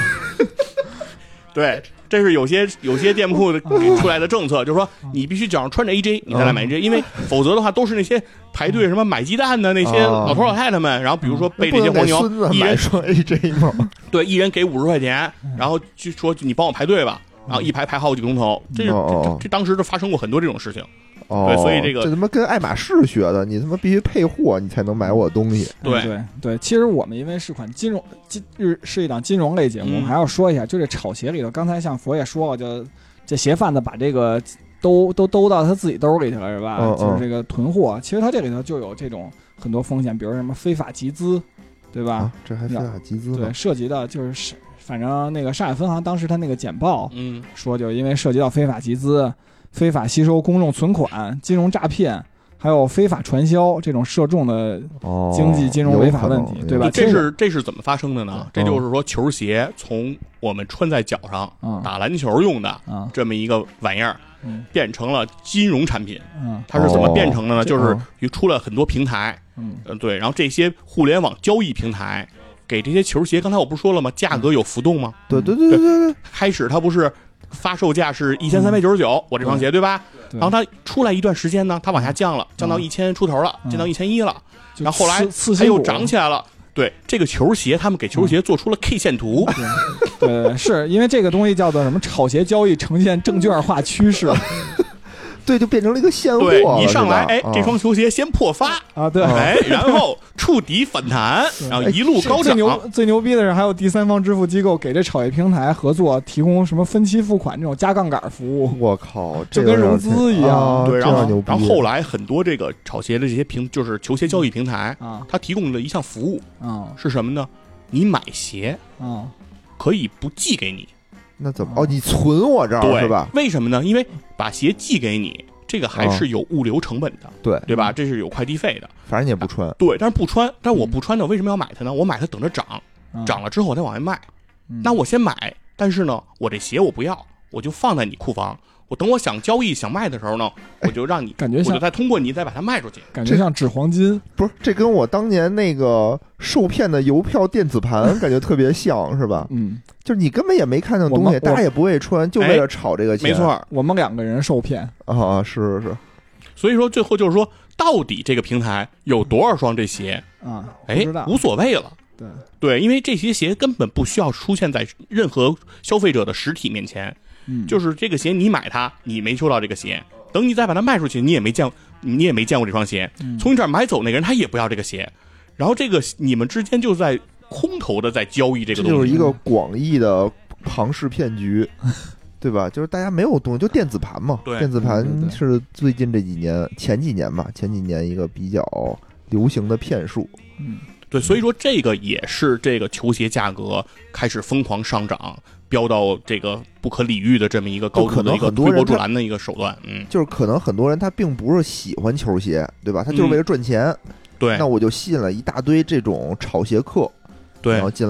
对，这是有些店铺给出来的政策，就是说你必须脚上穿着 AJ 你再来买 AJ，因为否则的话都是那些排队什么买鸡蛋的那些老头老太太们，然后比如说被这些黄牛一人双 AJ 吗？ 对，一人给50块钱，然后就说你帮我排队吧。然后一排好几个钟头，这当时就发生过很多这种事情。对，所以这他妈跟爱马仕学的，你他妈必须配货，你才能买我的东西。 对，其实我们因为是款是一档金融类节目，还要说一下，就这炒鞋里头，刚才像佛爷说了，就这鞋贩子把这个都到他自己兜里去了，是吧？就是这个囤货，其实他这里头就有这种很多风险，比如什么非法集资，对吧？ 这还非法集资？ 对，涉及到就是。反正那个上海分行当时他那个简报，说就因为涉及到非法集资、非法吸收公众存款、金融诈骗，还有非法传销这种涉众的经济金融违法问题，对吧？ 这是怎么发生的呢？这就是说球鞋从我们穿在脚上打篮球用的这么一个玩意儿，变成了金融产品。它是怎么变成的呢？就是出了很多平台，对，然后这些互联网交易平台。给这些球鞋，刚才我不是说了吗？价格有浮动吗？ 对。 开始它不是发售价是1399，我这双鞋对吧？然后它出来一段时间呢，它往下降了，降到1000出头了，降到1100了。然后后来它又涨起来了。对，这个球鞋，他们给球鞋做出了 K 线图。 对，是因为这个东西叫做什么？炒鞋交易呈现证券化趋势。 对，就变成了一个现货。 对，一上来，这双球鞋先破发啊，对， 然后触底反弹，然后一路高涨。 最牛逼的是，还有第三方支付机构给这炒鞋平台合作，提供什么分期付款这种加杠杆服务。 我靠， 就跟融资一样。 对，然后后来很多这个炒鞋的这些就是球鞋交易平台它提供了一项服务是什么呢？你买鞋可以不寄给你。 那怎么？你存我这儿是吧？ 为什么呢？因为把鞋寄给你，这个还是有物流成本的，对吧？这是有快递费的。 反正你也不穿， 对，但是不穿，但我不穿呢，为什么要买它呢？我买它等着涨，涨了之后我再往外卖。那我先买，但是呢，我这鞋我不要，我就放在你库房。我等我想交易想卖的时候呢，我就让你感觉像， 我就再通过你再把它卖出去， 感觉像纸黄金。 不是，这跟我当年那个受骗的邮票电子盘感觉特别像，是吧？就是你根本也没看见东西，大家也不会穿，就为了炒这个钱。 没错， 我们2个人受骗啊，是。 所以说最后就是说，到底这个平台有多少双这鞋啊？ 无所谓了。对，因为这些鞋根本不需要出现在任何消费者的实体面前。就是这个鞋你买它，你没收到这个鞋，等你再把它卖出去，你也没见过这双鞋。从你这儿买走那个人他也不要这个鞋，然后这个你们之间就在空头的在交易这个东西， 就是一个广义的庞氏骗局，对吧？就是大家没有东西，就电子盘嘛。 对， 电子盘是最近这几年、前几年一个比较流行的骗术。 对，所以说这个也是这个球鞋价格开始疯狂上涨，飙到这个不可理喻的这么一个高度的一个推波助澜的一个手段。 就是可能很多人他并不是喜欢球鞋，对吧？他就是为了赚钱。 对， 那我就吸引了一大堆这种炒鞋客， 对， 然后进来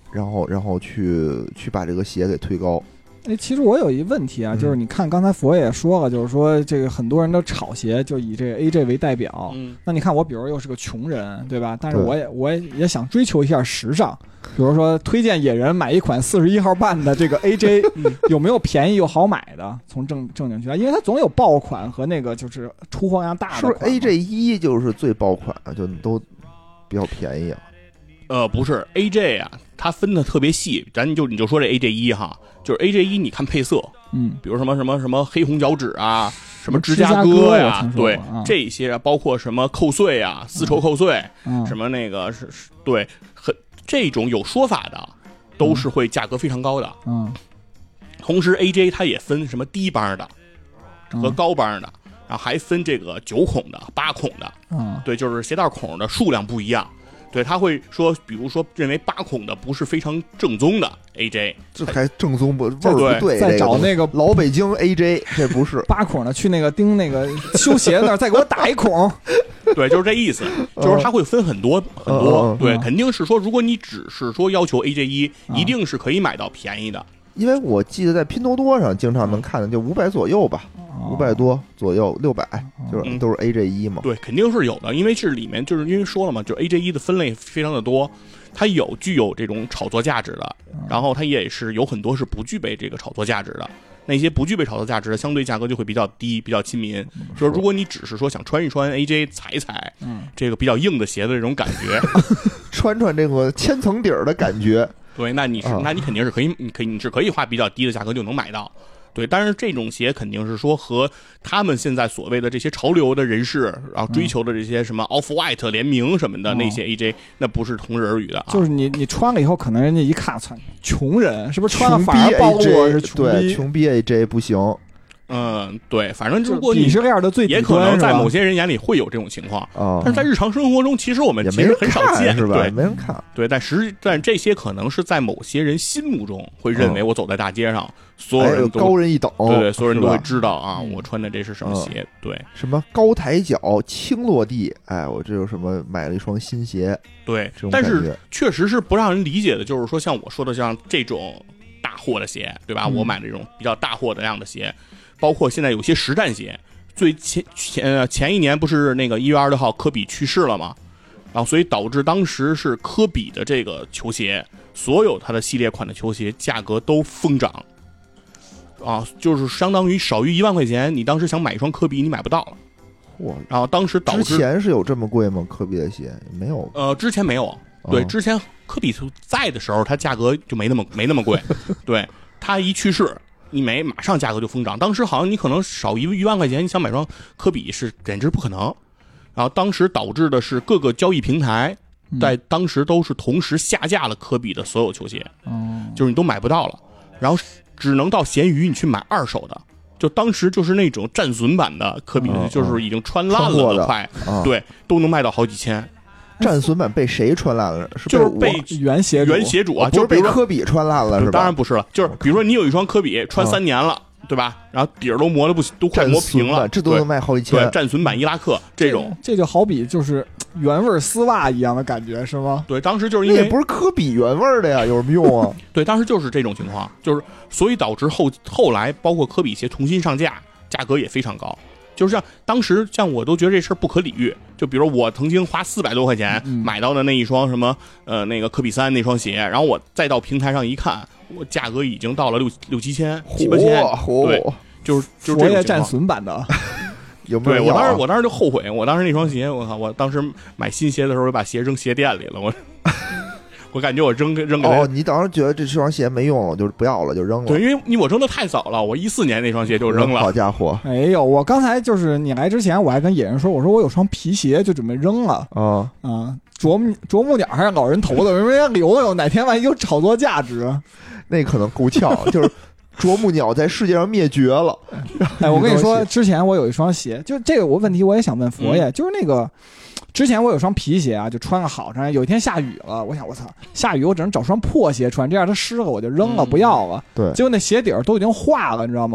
然后去把这个鞋给推高。 其实我有一问题啊，就是你看刚才佛爷也说了，就是说这个很多人都炒鞋，就以这个 AJ 为代表。那你看我，比如又是个穷人，对吧？但是我也想追求一下时尚，比如说推荐野人买一款41号半的这个 AJ，有没有便宜又好买的？从正经去看，因为它总有爆款和那个就是出货量大的。 是不是 AJ1就是最爆款，就都比较便宜啊？ 不是 AJ 啊，它分的特别细，你就说这 AJ1哈，就是 AJ1，你看配色，比如什么黑红脚趾啊，什么芝加哥呀，对，这些包括什么扣碎啊，丝绸扣碎，什么那个是对，这种有说法的，都是会价格非常高的。同时 AJ 它也分什么低帮的和高帮的，然后还分这个9孔的、8孔的，对，就是鞋带孔的数量不一样。对，他会说，比如说认为8孔的不是非常正宗的 AJ， 这还正宗不味儿不对， 再找那个老北京 AJ， 这不是 8孔的，去那个钉那个修鞋那儿再给我打一孔。 对，就是这意思，就是他会分很多很多。对，肯定是说，如果你只是说要求 AJ1，一定是可以买到便宜的。 因为我记得在拼多多上经常能看见，就500左右吧，500多左右，600，就是都是 AJ1嘛。 对，肯定是有的，因为是里面就是因为说了嘛，就是 AJ1的分类非常的多，它具有这种炒作价值的，然后它也是有很多是不具备这个炒作价值的。那些不具备炒作价值的，相对价格就会比较低，比较亲民。就是如果你只是说想穿一穿 AJ 踩一踩，这个比较硬的鞋的这种感觉， 穿这个千层底儿的感觉。 对，那你肯定是可以，你是可以花比较低的价格就能买到。对，但是这种鞋肯定是说和他们现在所谓的这些潮流的人士，然后追求的这些什么 Off-White 联名什么的那些 AJ， 那不是同日而语的。 就是你穿了以后，可能人家一看，操，穷人是不是穿了反而暴露我是穷逼？ 对，穷逼 AJ 不行。 对，反正如果你鄙视链的最底端， 也可能在某些人眼里会有这种情况，但是在日常生活中，其实我们其实很少见， 是吧？ 对， 没人看。 对，但这些可能是在某些人心目中会认为，我走在大街上，所有人都高人一等， 对，所有人都会知道啊，我穿的这是什么鞋，对， 什么高抬脚、轻落地，哎，我这有什么买了一双新鞋， 对，但是确实是不让人理解的，就是说像我说的像这种大货的鞋，对吧？我买这种比较大货的这样的鞋。包括现在有些实战鞋，前一年不是那个1月26号科比去世了吗？然后所以导致当时是科比的这个球鞋，所有它的系列款的球鞋价格都疯涨，就是相当于少于1万块钱，你当时想买一双科比你买不到了。然后当时导致之前是有这么贵吗？科比的鞋没有？ 之前没有。对，之前科比在的时候，它价格就没那么贵。对，他一去世。一马上价格就疯涨，当时好像你可能少1万块钱，你想买双科比是简直不可能。然后当时导致的是各个交易平台在当时都是同时下架了科比的所有球鞋，就是你都买不到了，然后只能到闲鱼你去买2手的，就当时就是那种战损版的科比，就是已经穿烂了的快，对，都能卖到好几千。 战损版被谁穿烂了？ 就是被原鞋主啊， 就是被科比穿烂了，是吧？ 当然不是了，就是比如说你有一双科比穿3年了，对吧？然后底儿都磨了都快磨平了， 这都能卖好几千。 对，战损版伊拉克这种， 这就好比就是原味丝袜一样的感觉，是吗？ 对，当时就是因为也不是科比原味的呀，有什么用啊？ 对，当时就是这种情况，就是所以导致后来包括科比鞋重新上架，价格也非常高。就是像当时像我都觉得这事儿不可理喻，就比如我曾经花400多块钱买到的那一双什么那个科比3那双鞋，然后我再到平台上一看，我价格已经到了6、7千、7、8千，对，就是这种情况。 战损版的， 有没有？ 对，我当时就后悔，我当时那双鞋，我靠，我当时买新鞋的时候，我把鞋扔鞋店里了，我感觉我扔给他。 你当时觉得这双鞋没用了，就是不要了，就扔了。 对，因为我扔的太早了，我14年那双鞋就扔了。 好家伙！ 哎呦，我刚才就是你来之前，我还跟野人说，我说我有双皮鞋，就准备扔了。啄木鸟还是老人头的，为什么要留了？哪天万一有炒作价值？ 那可能够呛，就是啄木鸟在世界上灭绝了。 哎，我跟你说，之前我有一双鞋，就这个问题我也想问佛爷，就是那个。之前我有双皮鞋啊，就穿个好穿。有一天下雨了，我想我操，下雨我只能找双破鞋穿，这样它湿了我就扔了，不要了。 对， 结果那鞋底儿都已经化了，你知道吗？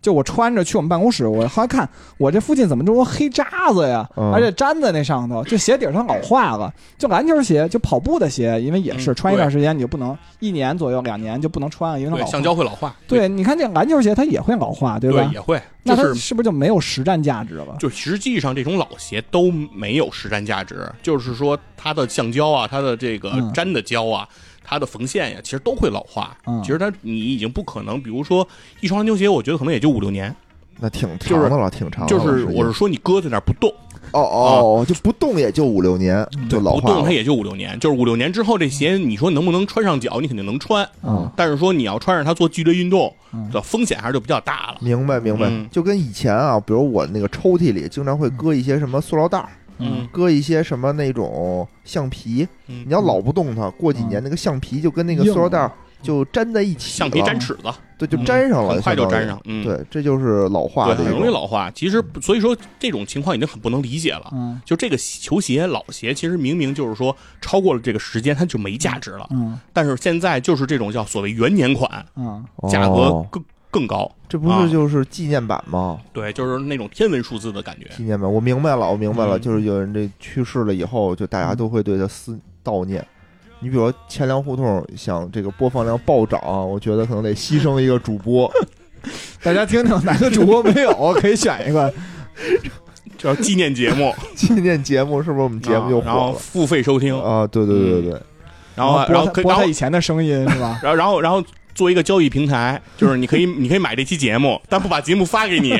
就我穿着去我们办公室，我后来看我这附近怎么这么多黑渣子呀，而且粘在那上头，就鞋底上老化了。就篮球鞋，就跑步的鞋，因为也是穿一段时间你就不能1年左右2年就不能穿了，因为它老化， 橡胶会老化。 对，你看这篮球鞋它也会老化，对吧？ 对，也会。 那它是不是就没有实战价值了？ 就实际上这种老鞋都没有实战价值，就是说它的橡胶啊，它的这个粘的胶啊。它的缝线呀，其实都会老化。其实你已经不可能，比如说一双篮球鞋，我觉得可能也就5-6年， 那挺长的了，挺长的。 就是我是说你搁在那儿不动， 就不动也就5-6年就老化了。 不动它也就5-6年，就是5-6年之后这鞋，你说能不能穿上脚？你肯定能穿。但是说你要穿上它做剧烈运动的风险还是就比较大了。 明白。就跟以前啊，比如我那个抽屉里经常会搁一些什么塑料袋。搁一些什么那种橡皮，你要老不动它，过几年那个橡皮就跟那个塑料袋就粘在一起， 橡皮粘尺子， 对，就粘上了， 很快就粘上。 对，这就是老化， 很容易老化。其实所以说这种情况已经很不能理解了。就这个球鞋老鞋，其实明明就是说超过了这个时间，它就没价值了。但是现在就是这种叫所谓元年款，价格更高， 这不是就是纪念版吗？ 对，就是那种天文数字的感觉。 纪念版，我明白了，就是有人这去世了以后，就大家都会对他悼念。你比如说钱粮胡同想这个播放量暴涨，我觉得可能得牺牲一个主播。 大家听听哪个主播没有，可以选一个。 叫纪念节目， 纪念节目是不是我们节目就火了？ 然后付费收听啊，对， 然后播他以前的声音是吧？ 然后。做一个交易平台，就是你可以买这期节目，但不把节目发给你，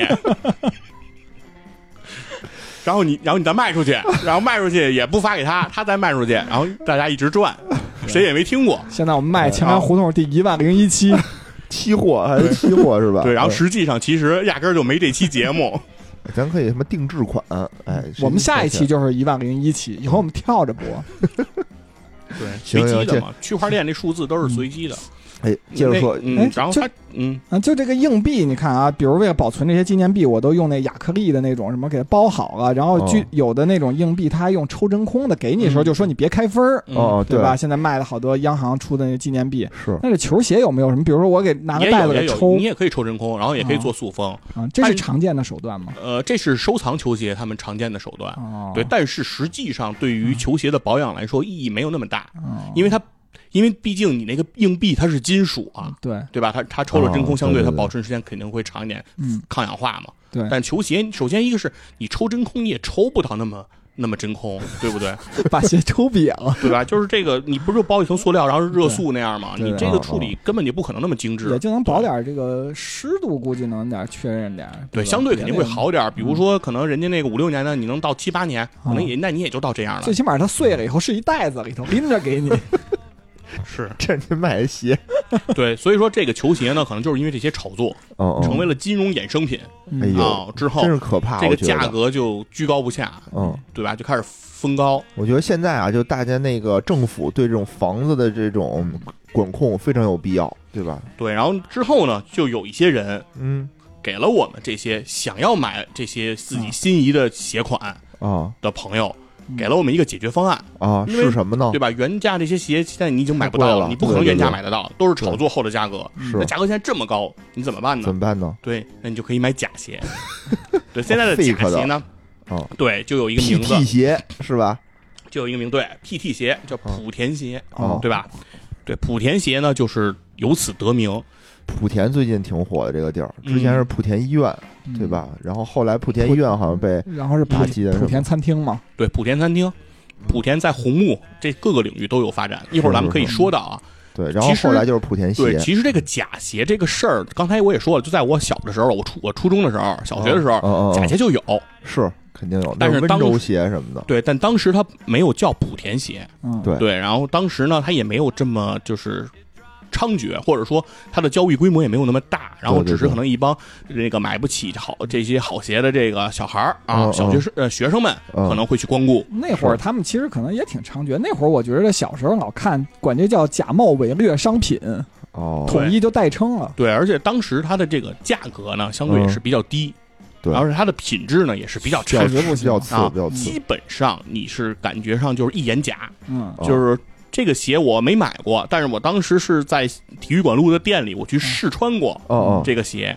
然后你再卖出去，然后卖出去也不发给他，他再卖出去，然后大家一直赚，谁也没听过。 现在我们卖钱粮胡同第10001期， 期货还是期货是吧？ 对，然后实际上其实压根儿就没这期节目。 咱可以什么定制款？ 我们下一期就是10001期，以后我们跳着播。 对，随机的嘛，区块链那数字都是随机的。 接着说， 然后就这个硬币，你看啊，比如为了保存这些纪念币，我都用那亚克力的那种什么给它包好了，然后有的那种硬币，它还用抽真空的，给你的时候就说你别开分对吧？现在卖了好多央行出的那纪念币， 是。 那这球鞋有没有什么？比如说我给拿个袋子给抽， 你也可以抽真空，然后也可以做塑封这是常见的手段吗？ 这是收藏球鞋他们常见的手段，对。但是实际上对于球鞋的保养来说，意义没有那么大，因为毕竟你那个硬币它是金属啊，对吧？它抽了真空，相对它保存时间肯定会长一点，抗氧化嘛。 对。 但球鞋首先一个是你抽真空你也抽不到那么真空，对不对？ 把鞋抽瘪了， 对吧？就是这个，你不是包一层塑料，然后热塑那样吗？你这个处理根本就不可能那么精致， 也就能保点这个湿度，估计能点确认点。 对，相对肯定会好点。比如说，可能人家那个5-6年的，你能到7-8年，可能那你也就到这样了。 最起码它碎了以后是一袋子里头拎着给你。 是， 这你买的鞋， 对，所以说这个球鞋呢，可能就是因为这些炒作，成为了金融衍生品，之后真是可怕， 这个价格就居高不下，对吧？就开始分高。 我觉得现在啊，就大家那个政府对这种房子的这种管控非常有必要，对吧？ 对，然后之后呢，就有一些人，给了我们这些想要买这些自己心仪的鞋款的朋友。给了我们一个解决方案是什么呢？ 对吧？原价这些鞋现在你已经买不到了，你不可能原价买得到，都是炒作后的价格。那价格现在这么高，你怎么办呢？对，那你就可以买假鞋。对，现在的假鞋呢，对，就有一个名字 ，PT 鞋是吧？ 就有一个名，对 ，PT 鞋叫莆田鞋，对吧？对，莆田鞋呢就是由此得名。 莆田最近挺火的这个地儿，之前是莆田医院，对吧？然后后来莆田医院好像被然后是莆田餐厅嘛？ 对，莆田餐厅，莆田在红木这各个领域都有发展，一会儿咱们可以说到啊。 对，然后后来就是莆田鞋。 对，其实这个假鞋这个事儿，刚才我也说了，就在我小的时候，我初中的时候，小学的时候，假鞋就有， 是肯定有， 但是温州鞋什么的， 对，但当时它没有叫莆田鞋， 对， 然后当时呢，它也没有这么就是猖獗，或者说它的交易规模也没有那么大，然后只是可能一帮这个买不起这些好鞋的这个小孩儿小学生们可能会去光顾。 那会儿他们其实可能也挺猖獗。那会儿我觉得小时候老看，管这叫假冒伪劣商品，统一就代称了。 对，而且当时它的这个价格呢，相对也是比较低。而且它的品质呢也是比较差， 比较次， 基本上你是感觉上就是一眼假，就是这个鞋我没买过，但是我当时是在体育馆路的店里我去试穿过这个鞋，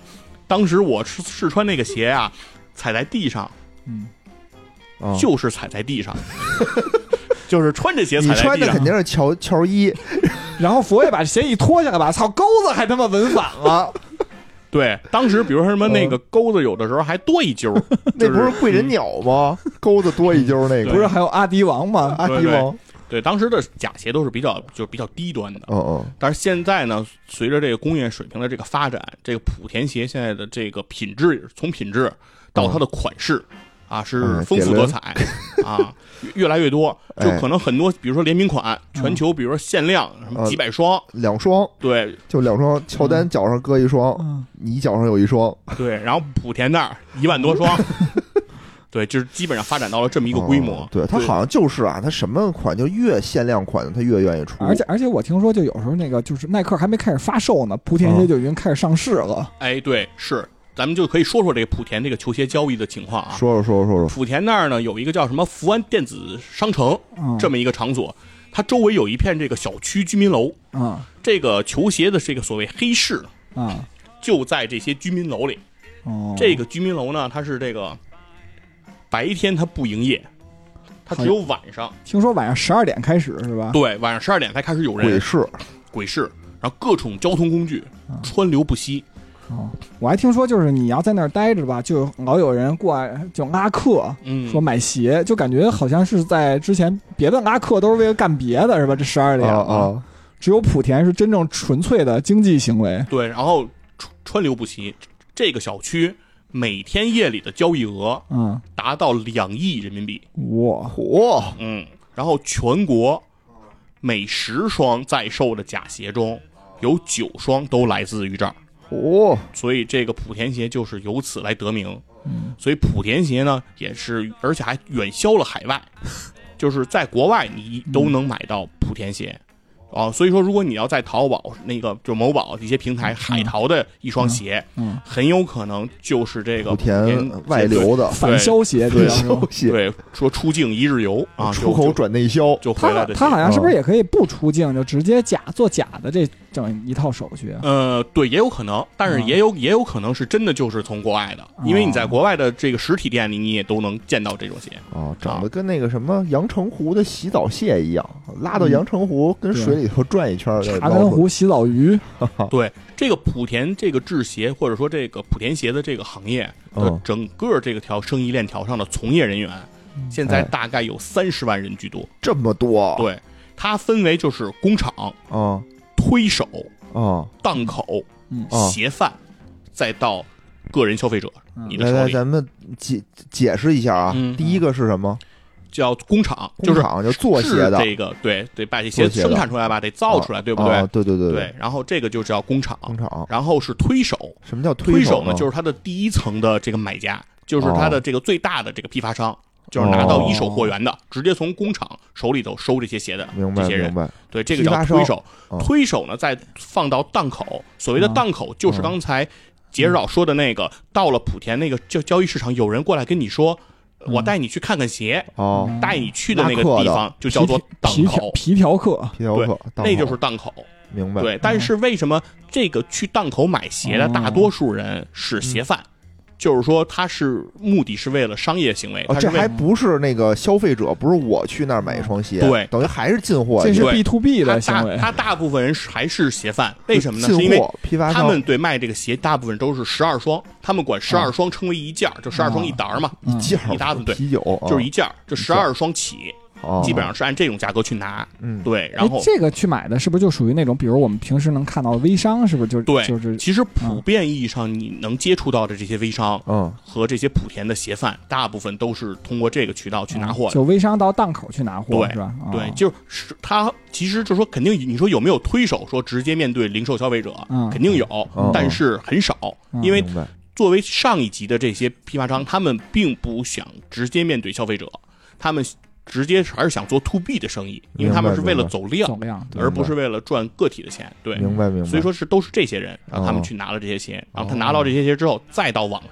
当时我试穿那个鞋啊，踩在地上，就是踩在地上，就是穿着鞋踩在地上。 你穿的肯定是乔伊， 然后佛爷把鞋一脱下来吧，操，钩子还他妈纹反了。 对，当时比如说什么那个钩子，有的时候还多一揪， 那不是贵人鸟吗？钩子多一揪那个， 不是还有阿迪王吗？ 阿迪王。 对，当时的假鞋都是比较低端的。但是现在呢，随着这个工业水平的这个发展，这个莆田鞋现在的这个品质，从品质到它的款式啊，是丰富多彩啊，越来越多。就可能很多，比如说联名款，全球比如说限量什么几百双 ，2双， 对， 就2双。乔丹脚上搁一双，你脚上有一双， 对，然后莆田那儿1万多双。对，就是基本上发展到了这么一个规模。 对，他好像就是啊，他什么款就越限量款的，他越愿意出。 而且我听说，就有时候那个就是耐克还没开始发售呢，莆田鞋就已经开始上市了。 哎，对，是，咱们就可以说说这个莆田这个球鞋交易的情况啊。 说说。 莆田那儿呢有一个叫什么福安电子商城这么一个场所，它周围有一片这个小区居民楼。这个球鞋的这个所谓黑市就在这些居民楼里。这个居民楼呢，它是这个。白天它不营业，它只有晚上。 听说晚上12点开始是吧？ 对，晚上12点才开始有人。鬼市，然后各种交通工具川流不息。 我还听说就是你要在那儿待着吧，就老有人过来就拉客，说买鞋，就感觉好像是在之前别的拉客都是为了干别的，是吧？这12点只有莆田是真正纯粹的经济行为。 对，然后川流不息，这个小区。每天夜里的交易额，达到2亿人民币。 哇， 然后全国每10双在售的假鞋中，有9双都来自于这儿。所以这个莆田鞋就是由此来得名。所以莆田鞋呢，也是，而且还远销了海外，就是在国外你都能买到莆田鞋。所以说，如果你要在淘宝那个就某宝一些平台海淘的一双鞋，很有可能就是这个莆田外流的返销鞋， 对，说出境1日游啊， 出口转内销就回来的。 他好像是不是也可以不出境，就直接做假的这整一套手续？ 对，也有可能，但是也有可能是真的就是从国外的，因为你在国外的这个实体店里，你也都能见到这种鞋。 长得跟那个什么阳澄湖的洗澡蟹一样，拉到阳澄湖跟水里头转一圈。 查干湖洗澡鱼。 对，这个莆田这个制鞋或者说这个莆田鞋的这个行业的整个这个条生意链条上的从业人员，现在大概有30万人居多。 这么多？ 对，它分为就是工厂推手档口鞋贩，再到个人消费者。你的手里， 咱们解释一下啊。第一个是什么？ 叫工厂， 就做鞋的这个，对，得把这鞋生产出来吧，得造出来，对不对？ 对。 然后这个就叫工厂，然后是推手。 什么叫推手呢？就是它的第一层的这个买家，就是它的这个最大的这个批发商，就是拿到一手货源的，直接从工厂手里头收这些鞋的这些人。对，这个叫推手。推手呢，再放到档口。所谓的档口，就是刚才杰指导说的那个，到了莆田那个交易市场，有人过来跟你说。我带你去看看鞋，带你去的那个地方就叫做档口， 皮条客， 对，那就是档口。 明白。 对，但是为什么这个去档口买鞋的大多数人是鞋贩？就是说他是目的是为了商业行为， 这还不是那个消费者，不是我去那儿买一双鞋， 对， 等于还是进货， 这是 B2B 的行为。 他大部分人还是鞋贩，为什么呢？是因为他们对卖这个鞋，大部分都是12双，他们管12双称为一件，就12双一沓嘛，一沓子，对， 啤酒就是一件，就12双起。基本上是按这种价格去拿，对，然后这个去买的是不是就属于那种，比如我们平时能看到的微商，是不是对？ 就是其实普遍意义上你能接触到的这些微商，和这些莆田的鞋贩，大部分都是通过这个渠道去拿货的， 就微商到档口去拿货， 对， 是吧？ 对，就是他其实就是说，肯定你说有没有推手说直接面对零售消费者，肯定有，但是很少，因为作为上一级的这些批发商，他们并不想直接面对消费者，他们直接还是想做 to B 的生意，因为他们是为了走量，而不是为了赚个体的钱。对， 明白。 所以说都是这些人，然后他们去拿了这些鞋，然后他拿到这些鞋之后，再到网上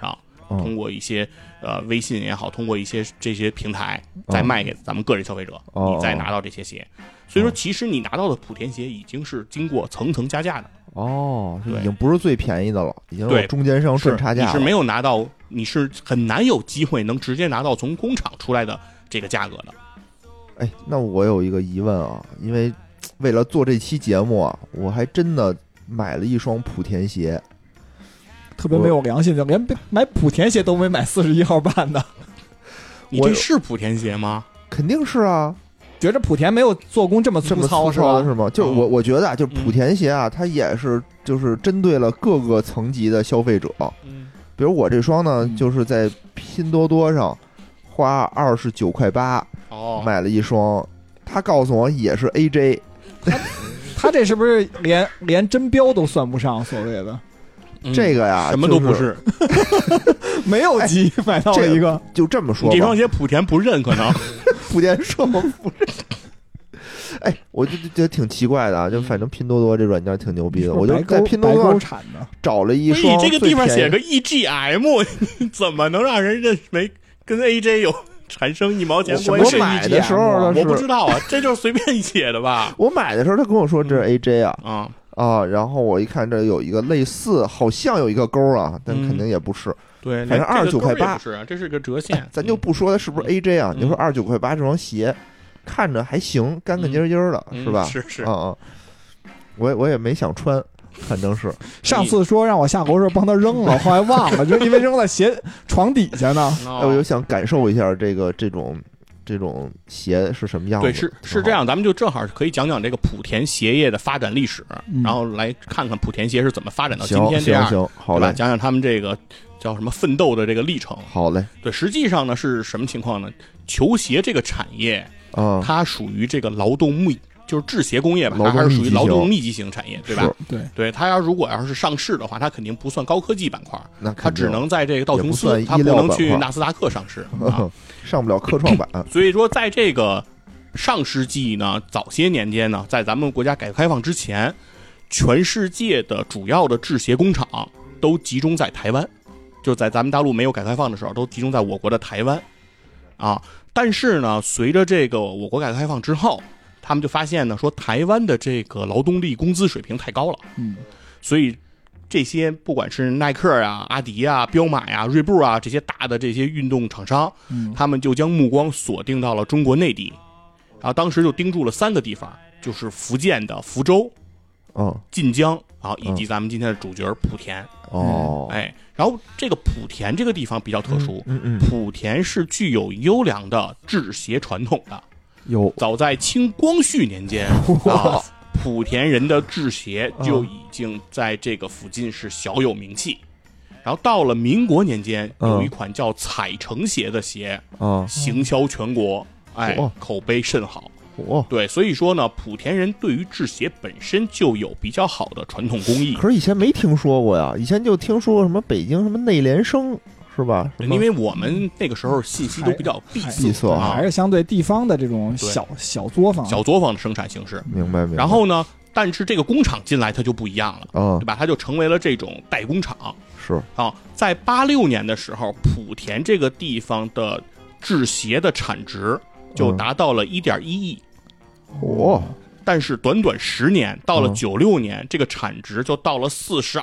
通过一些微信也好，通过一些这些平台再卖给咱们个人消费者，你再拿到这些鞋。所以说，其实你拿到的莆田鞋已经是经过层层加价的。 已经不是最便宜的了，已经有中间商赚差价了。 你是没有拿到，你是很难有机会能直接拿到从工厂出来的这个价格的。 哎，那我有一个疑问啊，因为为了做这期节目啊，我还真的买了一双莆田鞋， 特别没有良心，就连买莆田鞋都没买41号半的。 你这是莆田鞋吗？ 肯定是啊。 觉着莆田没有做工这么粗糙是吗？就我觉得啊，就莆田鞋啊，它也是就是针对了各个层级的消费者。比如我这双呢，就是在拼多多上花29.8块买了一双，他告诉我也是 AJ。 他这是不是连真标都算不上？所谓的这个呀， 什么都不是， 没有机买到了一个， 就这么说吧。 这双鞋莆田不认，可能莆田说我不认。哎，我就觉得挺奇怪的啊，就反正拼多多这软件挺牛逼的，我就在拼多多找了一双。 你这个地方写个 EGM， 怎么能让人认为跟 AJ 有产生1毛钱关系？ 我买的时候我不知道啊，这就是随便写的吧？ 我买的时候他跟我说这是 AJ 啊，然后我一看这有一个类似，好像有一个勾啊，但肯定也不是。 对， 反正29.8块， 是啊，这是个折线。 咱就不说它是不是 AJ 啊，你说29.8块这双鞋，看着还行，干干净净的，是吧？ 是我也没想穿，反正是。 上次说让我下楼时帮他扔了，后来忘了，就因为扔在床底下呢。 我就想感受一下这种鞋是什么样子。 对，是这样，咱们就正好可以讲讲这个莆田鞋业的发展历史，然后来看看莆田鞋是怎么发展到今天这样， 行，好嘞， 讲讲他们这个叫什么奋斗的这个历程。 好嘞， 对，实际上呢是什么情况呢？球鞋这个产业，它属于这个劳动密，就是制鞋工业吧，它还是属于劳动密集型产业，对吧？对，它如果要是上市的话，它肯定不算高科技板块，它只能在这个道琼斯，它不能去纳斯达克上市上不了科创板。 所以说，在这个上世纪呢，早些年间呢，在咱们国家改革开放之前，全世界的主要的制鞋工厂都集中在台湾，就在咱们大陆没有改革开放的时候，都集中在我国的台湾啊。但是呢，随着这个我国改革开放之后，他们就发现呢，说台湾的这个劳动力工资水平太高了，所以这些不管是耐克啊、阿迪啊、彪马呀、锐步啊这些大的这些运动厂商，他们就将目光锁定到了中国内地，然后当时就盯住了3个地方，就是福建的福州、晋江啊，以及咱们今天的主角莆田。然后这个莆田这个地方比较特殊，莆田是具有优良的制鞋传统的。早在清光绪年间莆田人的制鞋就已经在这个附近是小有名气。然后到了民国年间，有一款叫彩橙鞋的鞋行销全国，口碑甚好。对，所以说呢，莆田人对于制鞋本身就有比较好的传统工艺。 可是以前没听说过呀，以前就听说过什么北京什么内联升，是吧？ 因为我们那个时候信息都比较闭塞， 还是相对地方的这种小作坊的生产形式。 明白。 然后呢，但是这个工厂进来它就不一样了，对吧？它就成为了这种代工厂。 是啊， 在86年的时候，莆田这个地方的制鞋的产值就达到了1.1亿。但是短短10年，到了96年，这个产值就到了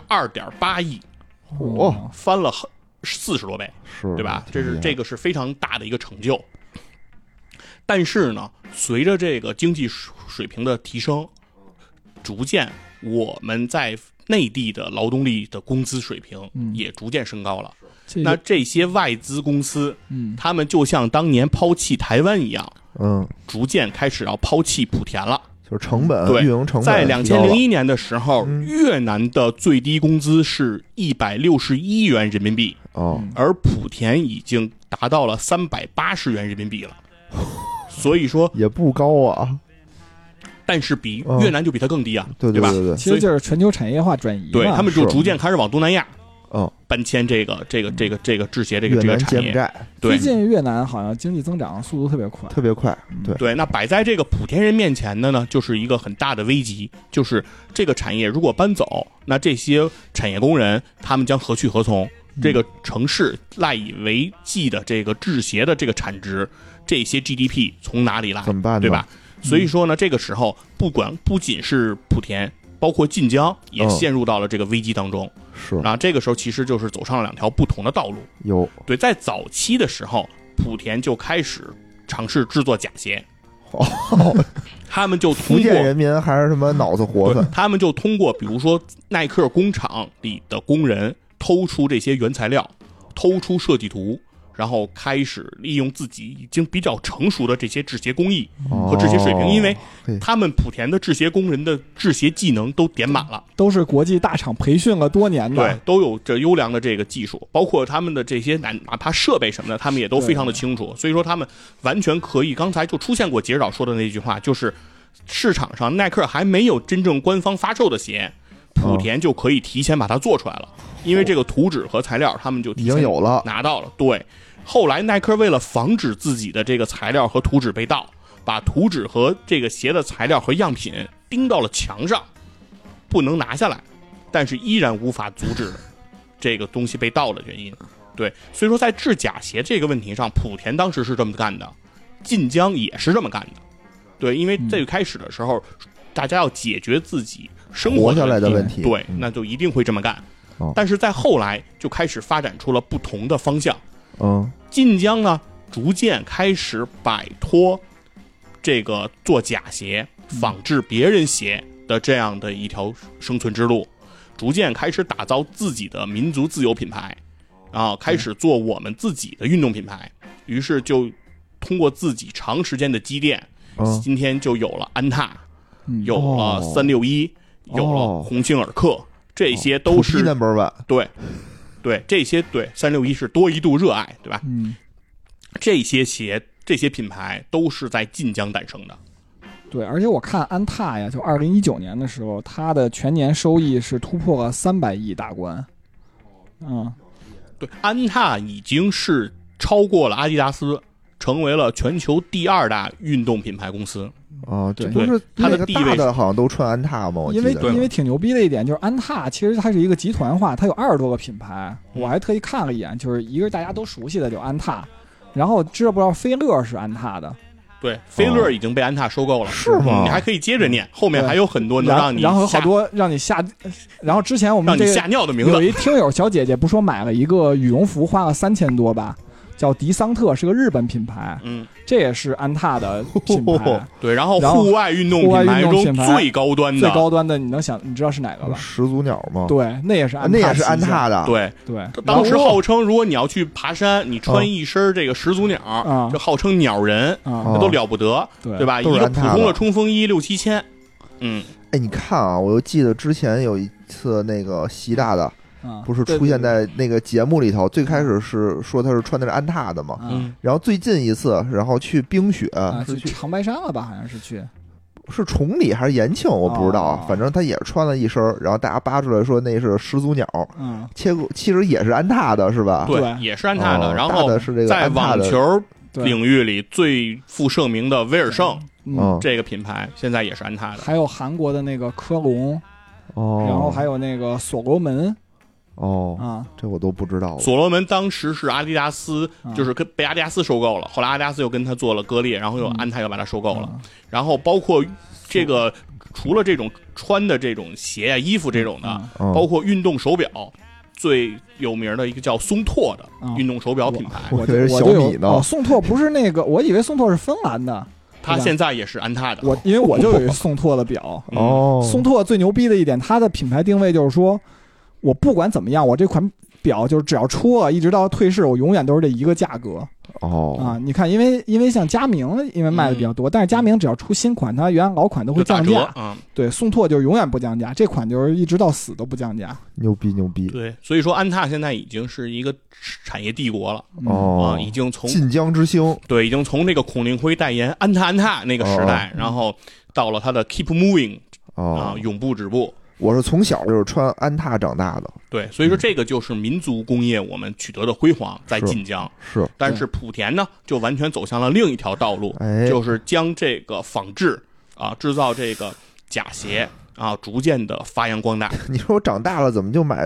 42.8亿，翻了40多倍，对吧？这个是非常大的一个成就。但是呢，随着这个经济水平的提升，逐渐我们在内地的劳动力的工资水平也逐渐升高了。那这些外资公司，他们就像当年抛弃台湾一样，逐渐开始要抛弃莆田了。 就是成本，运营成本。 在2001年的时候，越南的最低工资是161元人民币，而莆田已经达到了380元人民币了。所以说也不高啊， 但是比越南就比它更低啊，对吧？ 其实就是全球产业化转移， 对，他们就逐渐开始往东南亚搬迁这个制鞋这个产业。 最近越南好像经济增长速度特别快， 对。那摆在这个莆田人面前的呢，就是一个很大的危机，就是这个产业如果搬走，那这些产业工人他们将何去何从？ 这个城市赖以为继的这个制鞋的这个产值，这些 GDP 从哪里来？ 怎么办呢？ 对吧？所以说呢，这个时候不仅是莆田，包括晋江也陷入到了这个危机当中。 是啊，这个时候其实就是走上了两条不同的道路。 有对，在早期的时候，莆田就开始尝试制作假鞋。他们就通过福建人民还是什么脑子活泛， 他们就通过比如说耐克工厂里的工人偷出这些原材料，偷出设计图，然后开始利用自己已经比较成熟的这些制鞋工艺和制鞋水平，因为他们莆田的制鞋工人的制鞋技能都点满了， 都是国际大厂培训了多年的， 对，都有着优良的这个技术，包括他们的这些哪怕设备什么的，他们也都非常的清楚，所以说他们完全可以。刚才就出现过杰导说的那句话，就是市场上耐克还没有真正官方发售的鞋，莆田就可以提前把它做出来了，因为这个图纸和材料他们就已经有了， 拿到了。对，后来耐克为了防止自己的这个材料和图纸被盗，把图纸和这个鞋的材料和样品钉到了墙上，不能拿下来，但是依然无法阻止这个东西被盗的原因。对，所以说在制假鞋这个问题上，莆田当时是这么干的，晋江也是这么干的。对，因为最开始的时候，大家要解决自己生活下来的问题， 对，那就一定会这么干。但是在后来就开始发展出了不同的方向。晋江呢，逐渐开始摆脱这个做假鞋、仿制别人鞋的这样的一条生存之路，逐渐开始打造自己的民族自有品牌，啊，开始做我们自己的运动品牌。于是就通过自己长时间的积淀，今天就有了安踏，有了361，有了鸿星尔克，这些都是 number one。 对，这些对361是多一度热爱，对吧？这些鞋、这些品牌都是在晋江诞生的。 对，而且我看安踏呀，就2019年的时候，它的全年收益是突破了300亿大关。 对，安踏已经是超过了阿迪达斯，成为了全球第2大运动品牌公司。 这不是它那个大的好像都穿安踏吗？ 因为挺牛逼的一点就是安踏其实它是一个集团化，它有20多个品牌。我还特意看了一眼，就是一个大家都熟悉的就安踏，然后知道不知道飞乐是安踏的？ 对，飞乐已经被安踏收购了， 是吗？ 你还可以接着念，后面还有很多能让你然后好多让你下，然后之前我们让你吓尿的名字， 有一听友小姐姐不说买了一个羽绒服花了3000多吧？叫迪桑特，是个日本品牌，这也是安踏的品牌。 对，然后户外运动品牌中最高端的， 你知道是哪个吧？ 始祖鸟吗？ 对，那也是安踏的。 对，当时号称，如果你要去爬山，你穿一身这个始祖鸟，这号称鸟人，那都了不得，对吧？一个普通的冲锋衣6-7千。 你看啊，我又记得之前有一次那个习大大。不是出现在那个节目里头，最开始是说他是穿的是安踏的嘛，然后最近一次，然后去冰雪， 是去长白山了吧？好像是是崇礼还是延庆，我不知道啊，反正他也穿了一身，然后大家扒出来说那是始祖鸟，其实也是安踏的，是吧？ 对，也是安踏的。然后在网球领域里最负盛名的威尔胜，这个品牌现在也是安踏的。 还有韩国的那个科隆，然后还有那个所罗门。 这我都不知道了。 所罗门当时是阿迪达斯，就是被阿迪达斯收购了，后来阿迪达斯又跟他做了割裂，然后又安踏又把他收购了。然后包括这个除了这种穿的这种鞋啊、衣服这种的，包括运动手表，最有名的一个叫松拓的运动手表品牌。 我以为是小米呢。 松拓不是那个，我以为松拓是芬兰的。 他现在也是安踏的。 因为我就有一松拓的表。松拓最牛逼的一点，它的品牌定位就是说，我不管怎么样，我这款表就是只要出了，一直到退市，我永远都是这一个价格。你看，因为像佳明，因为卖的比较多，但是佳明只要出新款，它原来老款都会降价。对，宋拓就是永远不降价，这款就是一直到死都不降价。 牛逼！ 对，所以说安踏现在已经是一个产业帝国了。已经从晋江之星， 对，已经从那个孔令辉代言安踏那个时代，然后到了他的 Keep Moving 永不止步。 我是从小就是穿安踏长大的， 对，所以说这个就是民族工业我们取得的辉煌，在晋江是， 但是莆田呢，就完全走向了另一条道路，就是将这个仿制制造这个假鞋逐渐的发扬光大。 你说我长大了怎么就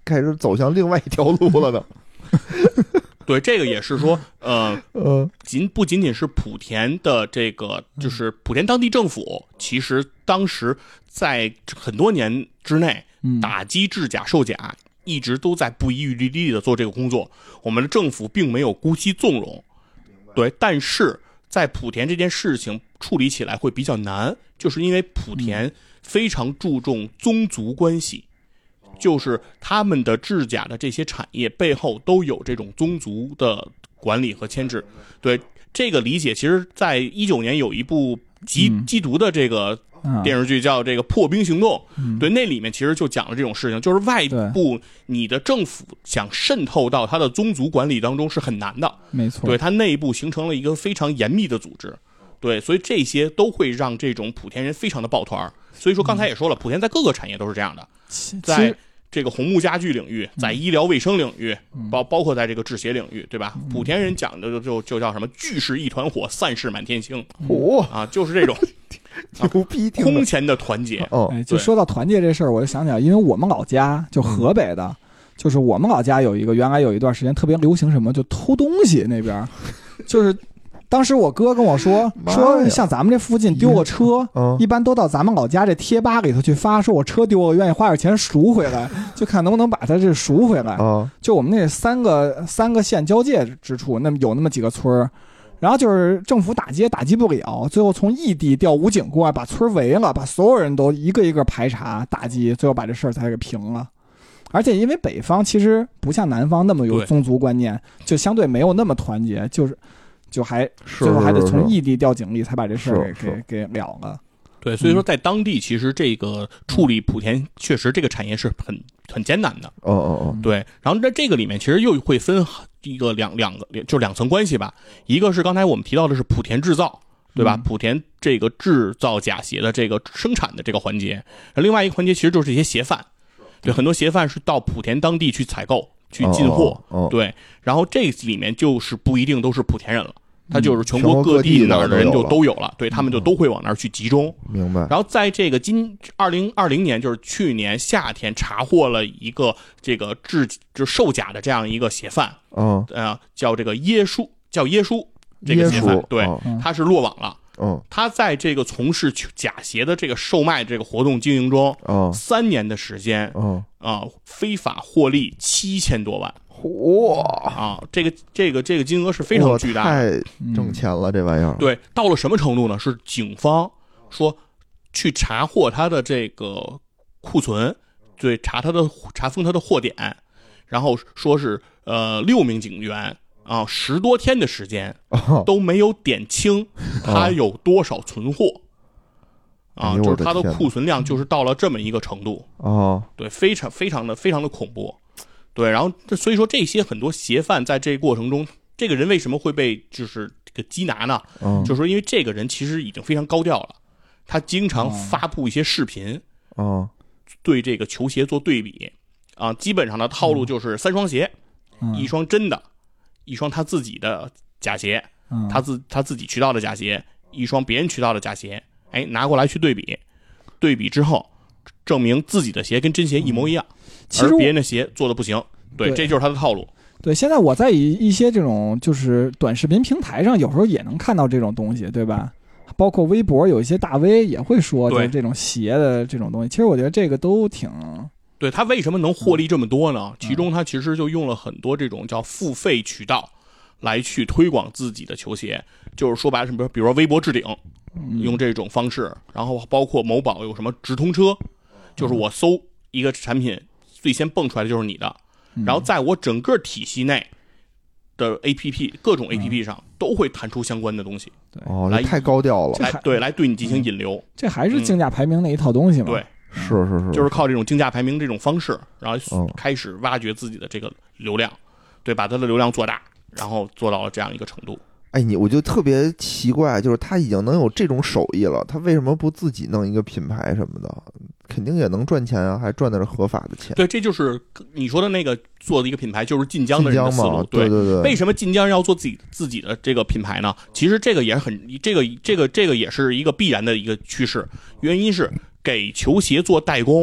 开始走向另外一条路了呢？ 对，这个也是说，不仅仅是莆田的这个，就是莆田当地政府，其实当时在很多年之内，打击制假售假，一直都在不遗余力的做这个工作。我们的政府并没有姑息纵容，对，但是在莆田这件事情处理起来会比较难，就是因为莆田非常注重宗族关系。就是他们的制假的这些产业背后都有这种宗族的管理和牵制。对这个理解，其实在19年有一部缉毒的这个电视剧叫这个《破冰行动》，对，那里面其实就讲了这种事情，就是外部你的政府想渗透到他的宗族管理当中是很难的， 没错， 对，他内部形成了一个非常严密的组织。对，所以这些都会让这种莆田人非常的抱团。所以说刚才也说了，莆田在各个产业都是这样的，在这个红木家具领域，在医疗卫生领域，包括在这个制鞋领域，对吧？莆田人讲的就叫什么聚是一团火，散是满天星。啊，就是这种牛逼， 空前的团结。 就说到团结这事儿，我就想起来，因为我们老家就河北的，就是我们老家原来有一段时间特别流行什么，就偷东西那边，就是。当时我哥跟我说像咱们这附近丢个车，一般都到咱们老家这贴吧里头去发，说我车丢了，愿意花点钱赎回来，就看能不能把它这赎回来。就我们那三个县交界之处，有那么几个村，然后就是政府打击不了，最后从异地调武警过来把村围了，把所有人都一个一个排查打击，最后把这事儿才给平了。而且因为北方其实不像南方那么有宗族观念，就相对没有那么团结，最后还得从异地调警力才把这事儿给了了。 对，所以说在当地其实这个处理莆田确实这个产业是很艰难的。对，然后在这个里面其实又会分一个两层关系吧。一个是刚才我们提到的是莆田制造，对吧？莆田这个制造假鞋的这个生产的这个环节，另外一个环节其实就是这些鞋贩。对，很多鞋贩是到莆田当地去采购。去进货，对，然后这里面就是不一定都是莆田人了，他就是全国各地哪儿的人就都有了，对，他们就都会往那儿去集中。 明白。 然后在这个2020年，就是去年夏天查获了一个这个就是售假的这样一个鞋贩，叫这个耶稣这个鞋贩，对，他是落网了。他在这个从事假鞋的这个售卖这个活动经营中，3年的时间，非法获利7000多万。哇！这个金额是非常巨大的， 太挣钱了，这玩意儿。 对，到了什么程度呢？是警方说去查获他的这个库存，对，查封他的货点，然后说是6名警员。10多天的时间都没有点清他有多少存货就是他的库存量就是到了这么一个程度对，非常非常的恐怖。对，然后所以说这些很多鞋贩在这个过程中，这个人为什么会被就是这个缉拿呢？就是说因为这个人其实已经非常高调了，他经常发布一些视频对这个球鞋做对比基本上的套路就是3双鞋，一双真的，一双他自己的假鞋，他自己渠道的假鞋，一双别人渠道的假鞋，拿过来去对比之后，证明自己的鞋跟真鞋一模一样，而别人的鞋做的不行。对，这就是他的套路。 对，现在我在一些这种就是短视频平台上，有时候也能看到这种东西，对吧？包括微博有一些大 V 也会说，就是这种鞋的这种东西。其实我觉得这个都挺。 对，他为什么能获利这么多呢？其中他其实就用了很多这种叫付费渠道来去推广自己的球鞋，就是说白了什么，比如说微博置顶，用这种方式，然后包括某宝有什么直通车，就是我搜一个产品最先蹦出来的就是你的，然后在我整个体系内的 APP 各种 APP 上都会弹出相关的东西。 来太高调了， 来对你进行引流。 这还是竞价排名那一套东西吗？ 对。 是， 就是靠这种竞价排名这种方式，然后开始挖掘自己的这个流量，对，把他的流量做大，然后做到了这样一个程度。 我就特别奇怪，就是他已经能有这种手艺了，他为什么不自己弄一个品牌什么的？肯定也能赚钱啊，还赚的是合法的钱。 对，这就是你说的那个做的一个品牌，就是晋江的人的思路。 对， 为什么晋江要做自己的这个品牌呢？其实这个也是这个也是一个必然的一个趋势，原因是给球鞋做代工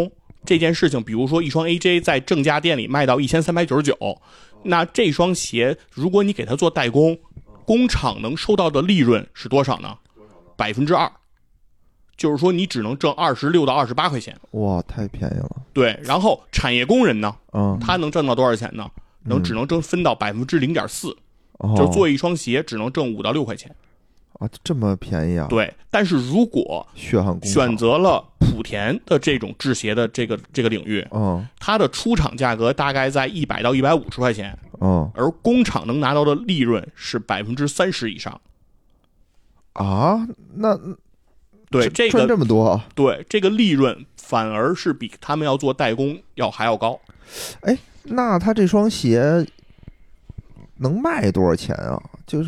这件事情，比如说一双 AJ 在正价店里卖到1399，那这双鞋如果你给它做代工，工厂能收到的利润是多少呢？2%，就是说你只能挣26到28块钱。 哇，太便宜了。 对，然后产业工人呢，他能挣到多少钱呢？只能分到0.4%，就是做一双鞋只能挣5到6块钱。 啊，这么便宜啊？ 对，但是如果选择了莆田的这种制鞋的这个领域，它的出厂价格大概在100到150块钱，而工厂能拿到的利润是30%以上。 啊，那对这个赚这么多， 对这个利润反而是比他们要做代工还要高。 哎，那他这双鞋能卖多少钱啊？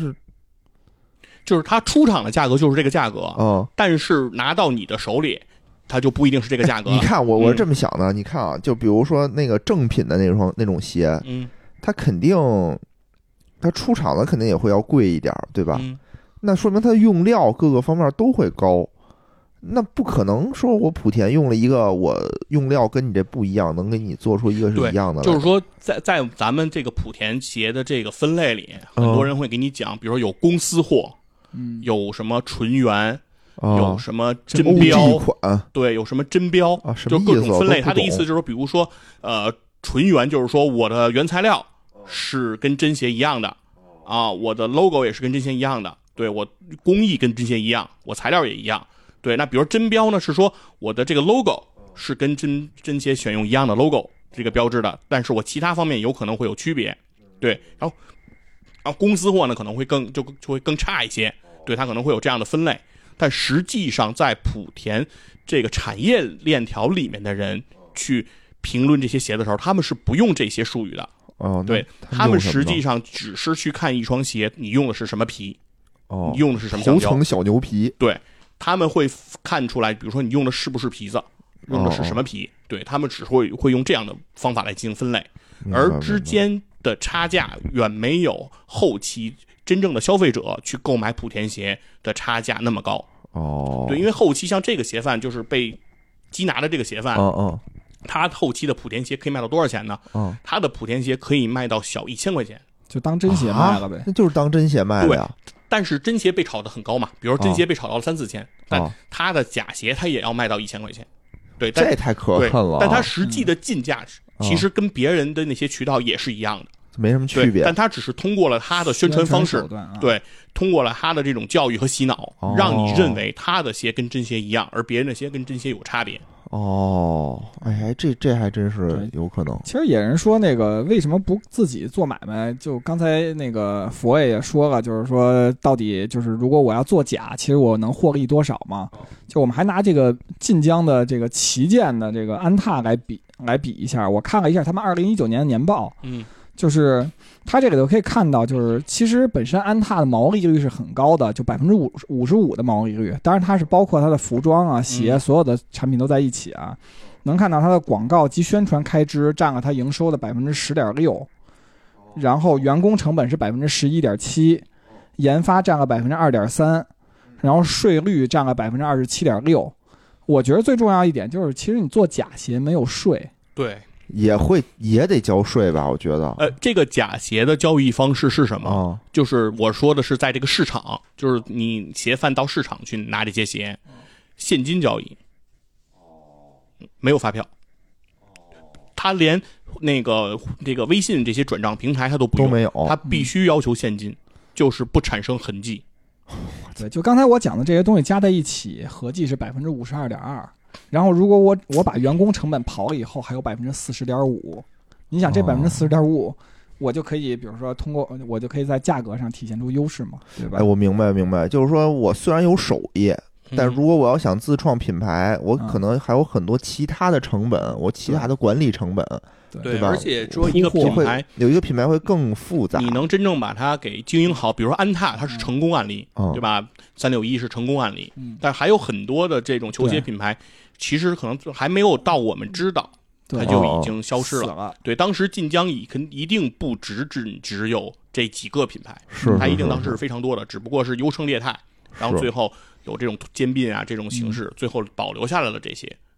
就是它出厂的价格就是这个价格，但是拿到你的手里，它就不一定是这个价格。 你看我是这么想的，你看啊，就比如说那个正品的那种鞋，它肯定它出厂的肯定也会要贵一点，对吧？那说明它的用料各个方面都会高，那不可能说我莆田用了一个我用料跟你这不一样，能给你做出一个是一样的来。 就是说在咱们这个莆田鞋的这个分类里，很多人会给你讲，比如说有公司货。有什么纯原，有什么真标款， 对，有什么真标，就各种分类。他的意思就是说，比如说，纯原就是说我的原材料是跟真鞋一样的啊，我的 logo 也是跟真鞋一样的，对，我工艺跟真鞋一样，我材料也一样，对。那比如真标呢，是说我的这个 logo 是跟真鞋选用一样的 logo 这个标志的，但是我其他方面有可能会有区别，对，然后公司货呢可能会就会更差一些，对，它可能会有这样的分类，但实际上在莆田这个产业链条里面的人去评论这些鞋的时候，他们是不用这些术语的，对，他们实际上只是去看一双鞋你用的是什么皮，你用的是什么橡胶， 头层小牛皮， 对，他们会看出来，比如说你用的是不是皮子，用的是什么皮，对，他们只会用这样的方法来进行分类，而之间的差价远没有后期真正的消费者去购买莆田鞋的差价那么高。对，因为后期像这个鞋贩就是被缉拿的这个鞋贩，他后期的莆田鞋可以卖到多少钱呢？他的莆田鞋可以卖到小1000块钱， 就当真鞋卖了呗。 那就是当真鞋卖了呀。 但是真鞋被炒得很高嘛，比如说真鞋被炒到了3-4千，但他的假鞋他也要卖到1000块钱。对， 这太可恨了。 但他实际的进价其实跟别人的那些渠道也是一样的， 没什么区别。 但他只是通过了他的宣传方式，对，通过了他的这种教育和洗脑，让你认为他的鞋跟真鞋一样，而别人的鞋跟真鞋有差别。 哎，这还真是有可能。 其实也人说那个为什么不自己做买卖？就刚才那个佛爷也说了，就是说到底就是如果我要做假，其实我能获利多少嘛？就我们还拿这个晋江的这个旗舰的这个安踏来比一下。我看了一下他们2019年的年报，就是它这里头可以看到，就是其实本身安踏的毛利率是很高的，就55%的毛利率。当然它是包括它的服装啊、鞋所有的产品都在一起啊。能看到它的广告及宣传开支占了它营收的10.6%，然后员工成本是11.7%，研发占了2.3%，然后税率占了27.6%。我觉得最重要一点就是，其实你做假鞋没有税， 对。 也得交税吧？我觉得。 这个假鞋的交易方式是什么？就是我说的是在这个市场，就是你鞋贩到市场去拿这些鞋，现金交易，没有发票，他连这个微信这些转账平台他都不用， 都没有， 他必须要求现金，就是不产生痕迹。 对，就刚才我讲的这些东西加在一起，合计是52.2%。然后如果我把员工成本刨了以后，还有40.5%。你想这40.5%，我就可以比如说通过我就可以在价格上体现出优势嘛，对吧？ 我明白，就是说我虽然有手艺，但如果我要想自创品牌，我可能还有很多其他的成本，我其他的管理成本，对吧？ 而且说一个品牌有一个品牌会更复杂， 你能真正把它给经营好，比如说安踏，它是成功案例，对吧？361是成功案例，但还有很多的这种球鞋品牌，其实可能还没有到我们知道，它就已经消失了。对，当时晋江一定不只有这几个品牌，它一定当时是非常多的，只不过是优胜劣汰，然后最后有这种兼并啊这种形式，最后保留下来了这些。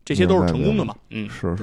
这些都是成功的嘛。 是。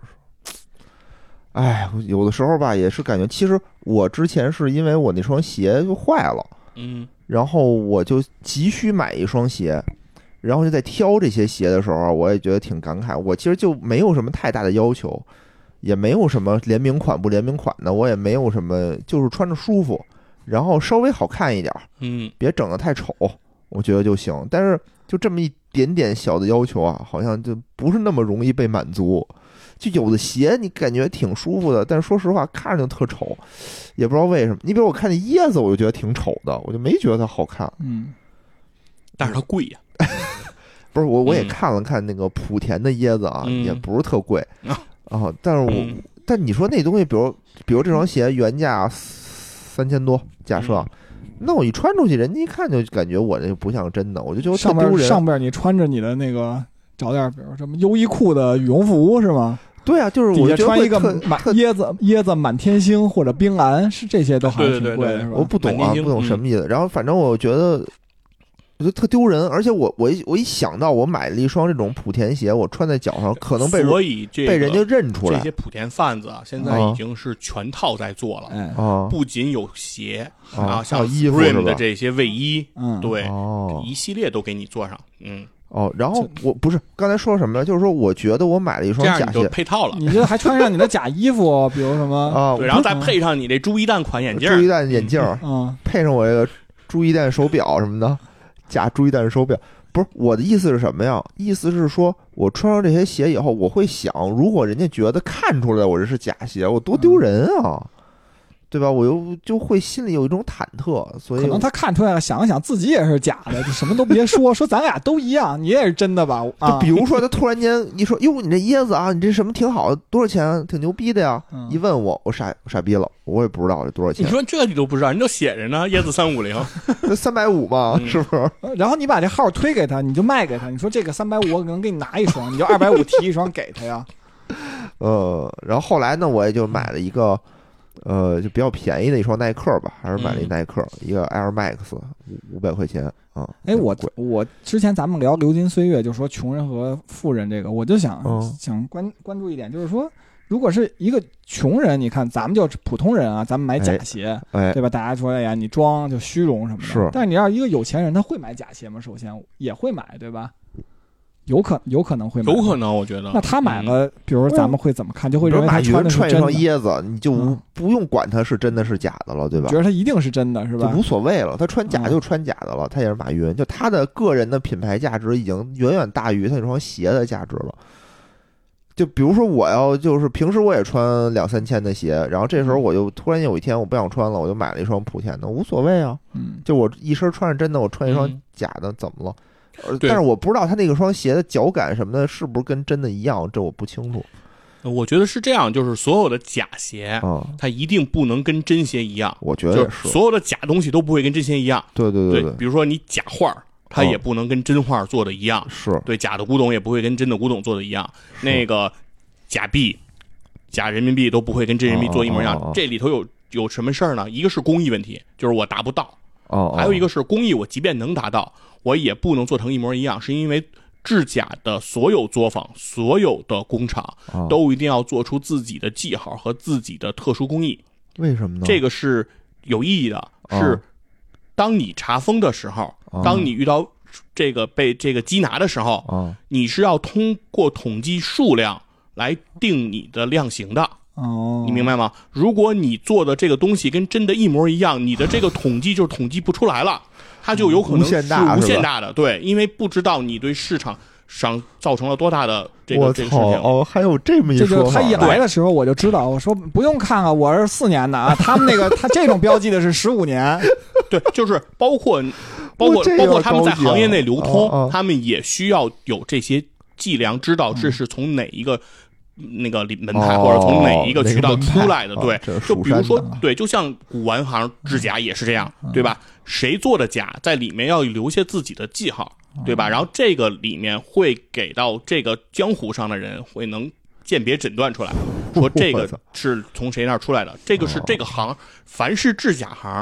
哎，有的时候吧，也是感觉，其实我之前是因为我那双鞋就坏了，然后我就急需买一双鞋，然后就在挑这些鞋的时候，我也觉得挺感慨。我其实就没有什么太大的要求，也没有什么联名款不联名款的，我也没有什么，就是穿着舒服，然后稍微好看一点，别整得太丑，我觉得就行。但是就这么一点点小的要求啊，好像就不是那么容易被满足。就有的鞋你感觉挺舒服的，但是说实话看着就特丑，也不知道为什么。你比如我看那椰子，我就觉得挺丑的，我就没觉得它好看。 但是它贵呀。 不是我也看了看那个莆田的椰子啊，也不是特贵啊。但是但你说那东西，比如这双鞋原价3000多，假设。那我一穿出去，人家一看就感觉我这不像真的，我就觉得特丢人。 上边你穿着你的那个找点，比如什么优衣库的羽绒服是吗？ 对啊，就是我底下穿一个椰子满天星或者冰蓝，是这些都还挺贵的，是吧？ 我不懂啊，不懂什么意思。然后反正我觉得特丢人，而且我一想到我买了一双这种莆田鞋，我穿在脚上可能被人家认出来。 这些莆田贩子啊，现在已经是全套在做了，不仅有鞋像衣服的这些卫衣，对，一系列都给你做上， 然后我不是刚才说什么呢？就是说，我觉得我买了一双假鞋， 配套了。 你这还穿上你的假衣服，比如什么对，然后再配上你这朱一蛋款眼镜， 配上我这个朱一蛋手表什么的，假朱一蛋手表。不是我的意思是什么呀？意思是说我穿上这些鞋以后，我会想，如果人家觉得看出来我这是假鞋，我多丢人啊！对吧？我又就会心里有一种忐忑，所以可能他看出来了，想一想自己也是假的，就什么都别说，说咱俩都一样，你也是真的吧？ 就比如说他突然间一说，哟，你这椰子啊，你这什么挺好，多少钱？挺牛逼的呀！一问我傻逼了，我也不知道这多少钱。 你说这你都不知道，你都写着呢，椰子350， 那350嘛，是不是？ 然后你把这号推给他，你就卖给他，你说这个350我可能给你拿一双，你就250提一双给他呀。 然后后来呢，我也就买了一个。就比较便宜的一双耐克吧，还是买了一耐克，一个 Air Max 500块钱啊。 我之前咱们聊流金岁月，就说穷人和富人这个，我就想关注一点，就是说，如果是一个穷人，你看咱们就普通人啊，咱们买假鞋，对吧？大家说哎呀，你装就虚荣什么的。 是。 但是你要一个有钱人，他会买假鞋吗？首先也会买，对吧？有可能会买， 有可能，我觉得。 那他买了，比如咱们会怎么看？就会认为他穿的是真的。 穿一双椰子，你就不用管他是真的是假的了，对吧？ 觉得他一定是真的，是吧？ 就无所谓了，他穿假就穿假的了，他也是马云，就他的个人的品牌价值已经远远大于他那双鞋的价值了。就比如说我要就是平时我也穿2-3千的鞋，然后这时候我就突然有一天我不想穿了，我就买了一双莆田的，无所谓啊。就我一身穿着真的，我穿一双假的，怎么了？但是我不知道他那个双鞋的脚感什么的，是不是跟真的一样，这我不清楚。 我觉得是这样，就是所有的假鞋，它一定不能跟真鞋一样。 我觉得也是， 所有的假东西都不会跟真鞋一样。 对， 比如说你假画，它也不能跟真画做的一样。 是对，假的古董也不会跟真的古董做的一样。那个假币、假人民币都不会跟真人民币做一模一样。这里头有什么事儿呢？一个是工艺问题，就是我达不到。还有一个是工艺，我即便能达到，我也不能做成一模一样，是因为制假的所有作坊、所有的工厂都一定要做出自己的记号和自己的特殊工艺。 为什么呢？ 这个是有意义的，是当你查封的时候，当你遇到这个被这个缉拿的时候，你是要通过统计数量来定你的量刑的。你明白吗？如果你做的这个东西跟真的一模一样，你的这个统计就是统计不出来了，它就有可能是无限大的。对，因为不知道你对市场上造成了多大的这个事情。 还有这么一说法。 这就他一来的时候我就知道，我说不用看啊，我是4年的啊，他们那个他这种标记的是15年。 对，就是包括他们在行业内流通，他们也需要有这些计量，知道这是从哪一个。那个门牌或者从哪一个渠道出来的，对，就比如说，对，就像古玩行制假也是这样，对吧？谁做的假，在里面要留下自己的记号，对吧？然后这个里面会给到这个江湖上的人会能鉴别诊断出来，说这个是从谁那儿出来的，这个是这个行，凡是制假行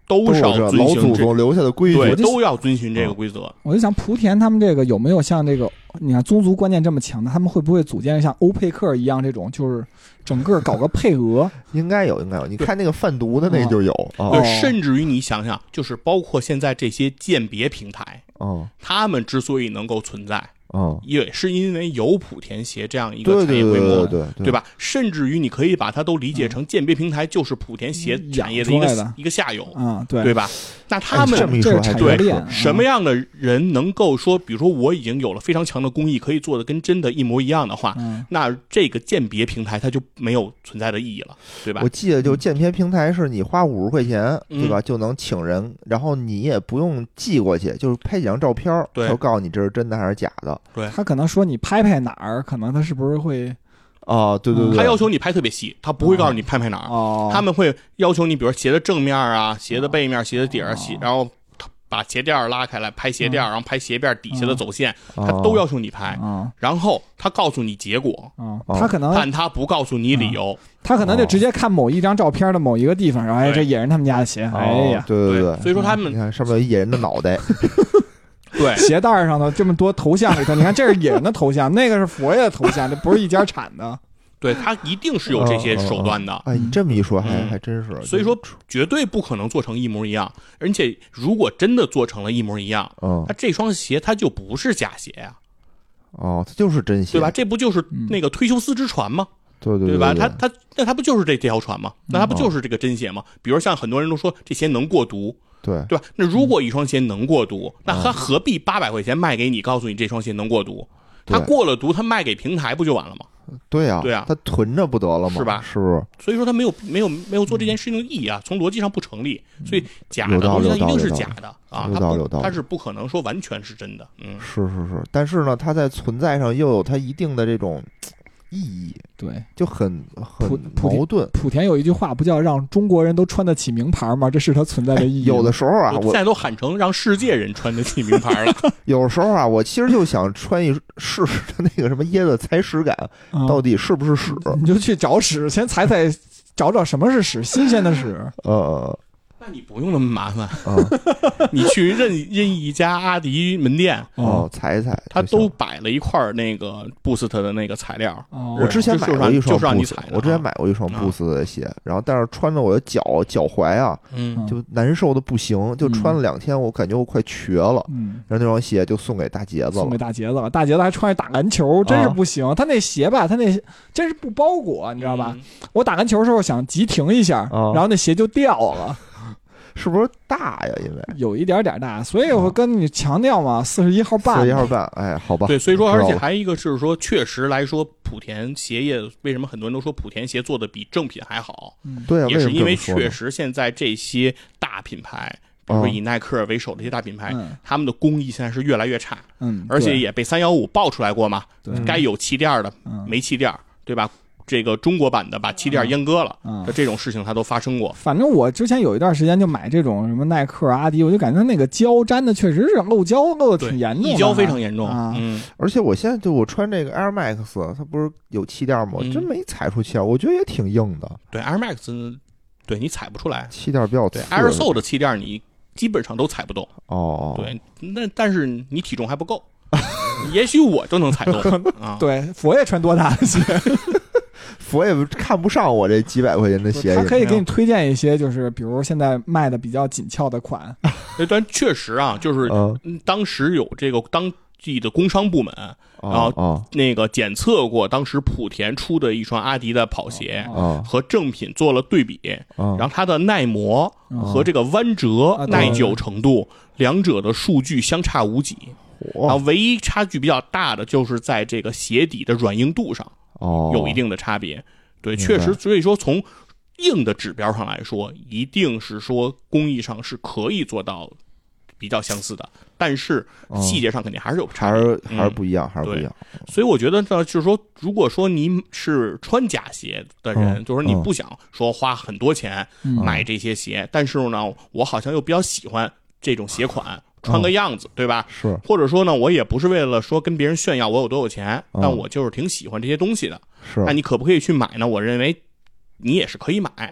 都是要遵循老祖宗留下的规矩， 对，都要遵循这个规则。 我就想莆田他们这个有没有像这个，你看宗族观念这么强的，他们会不会组建像欧佩克一样这种，就是整个搞个配额？ 应该有。你看那个贩毒的那就有， 对，甚至于你想想，就是包括现在这些鉴别平台，他们之所以能够存在。也是因为有莆田鞋这样一个产业规模，对吧？甚至于你可以把它都理解成鉴别平台就是莆田鞋产业的一个下游，对吧？那他们这产业链， 什么样的人能够说，比如说我已经有了非常强的工艺，可以做的跟真的一模一样的话，那这个鉴别平台它就没有存在的意义了，对吧？ 我记得就鉴别平台是你花50块钱，对吧，就能请人，然后你也不用寄过去，就是拍几张照片，他就告诉你这是真的还是假的。 对， 他可能说你拍哪儿，可能他是不是会对， 他要求你拍特别细，他不会告诉你拍哪儿，他们会要求你，比如鞋的正面啊、鞋的背面、鞋的底儿，然后把鞋垫拉开来拍鞋垫，然后拍鞋垫底下的走线，他都要求你拍，然后他告诉你结果， 他可能但他不告诉你理由， 他可能就直接看某一张照片的某一个地方，然后这野人他们家的鞋，哎呀， 对， 所以说他们你看上面有野人的脑袋。 对， 鞋带上头这么多头像里头，你看这是野人的头像，那个是佛爷的头像，这不是一家产的。 对，他一定是有这些手段的。 哎，你这么一说还真是。 所以说绝对不可能做成一模一样，而且如果真的做成了一模一样，那这双鞋它就不是假鞋呀。 它就是真鞋， 对吧？这不就是那个忒修斯之船吗？ 对吧？它不就是这条船吗？那它不就是这个真鞋吗？比如像很多人都说这鞋能过毒。 对吧？那如果一双鞋能过毒，那他何必800块钱卖给你，告诉你这双鞋能过毒？他过了毒，他卖给平台不就完了吗？ 对呀，他囤着不得了吗？ 是吧？ 是不是？ 所以说他没有做这件事情的意义啊，从逻辑上不成立。所以假的东西它一定是假的啊，它是不可能说完全是真的。 是，但是呢，它在存在上又有它一定的这种意义， 对， 就很矛盾。 莆田有一句话不叫让中国人都穿得起名牌吗？这是它存在的意义。 有的时候啊， 我现在都喊成让世界人穿得起名牌了。 有的时候啊，我其实就想穿试试那个什么椰子踩屎感，到底是不是屎？ 你就去找屎，先踩找什么是屎，新鲜的屎。 那你不用那么麻烦你去任意一家阿迪门店踩一踩， 他都摆了一块那个 Boost 的那个材料。 我之前买过一双 Boost， 我之前买过一双 Boost 的鞋，然后但是穿着我的脚踝啊，就难受的不行，就穿了2天，我感觉我快瘸了。然后那双鞋就送给大杰子了， 大杰子还穿着打篮球，真是不行。他那鞋吧，他那真是不包裹，你知道吧？我打篮球的时候想急停一下，然后那鞋就掉了。 是不是大呀？因为有一点大，所以我跟你强调嘛，41号半 ，41号半，哎，好吧。 对，所以说，而且还一个是说，确实来说，莆田鞋业为什么很多人都说莆田鞋做的比正品还好？ 对啊， 也是因为确实现在这些大品牌，比如说以耐克为首的这些大品牌，他们的工艺现在是越来越差，而且也被315爆出来过嘛，该有气垫的没气垫，对吧？这个中国版的把气垫阉割了的这种事情它都发生过。 反正我之前有一段时间就买这种什么耐克、阿迪，我就感觉那个胶粘的确实是漏胶漏的挺严重的， 溢胶非常严重而且我现在我穿这个 Air Max， 它不是有气垫吗？真没踩出气垫，我觉得也挺硬的。 对 Air Max， 对你踩不出来， 气垫比较刺。 对 Air Soul 的气垫你基本上都踩不动。对，但是你体重还不够，也许我就能踩动啊。 对，佛爷穿多大的鞋？ 佛也看不上我这几百块钱的鞋， 他可以给你推荐一些，就是比如现在卖的比较紧俏的款。 但确实啊，就是当时有这个当地的工商部门，然后那个检测过当时莆田出的一双阿迪的跑鞋和正品做了对比，然后它的耐磨和这个弯折耐久程度两者的数据相差无几，然后唯一差距比较大的就是在这个鞋底的软硬度上。有一定的差别，对，确实，所以说从硬的指标上来说，一定是说工艺上是可以做到比较相似的，但是细节上肯定还是有差别， 还是不一样，还是不一样。 所以我觉得呢，就是说，如果说你是穿假鞋的人，就是说你不想说花很多钱买这些鞋，但是呢，我好像又比较喜欢这种鞋款。穿个样子，对吧？ 是， 或者说呢，我也不是为了说跟别人炫耀我有多有钱，但我就是挺喜欢这些东西的。 是， 那你可不可以去买呢？我认为你也是可以买，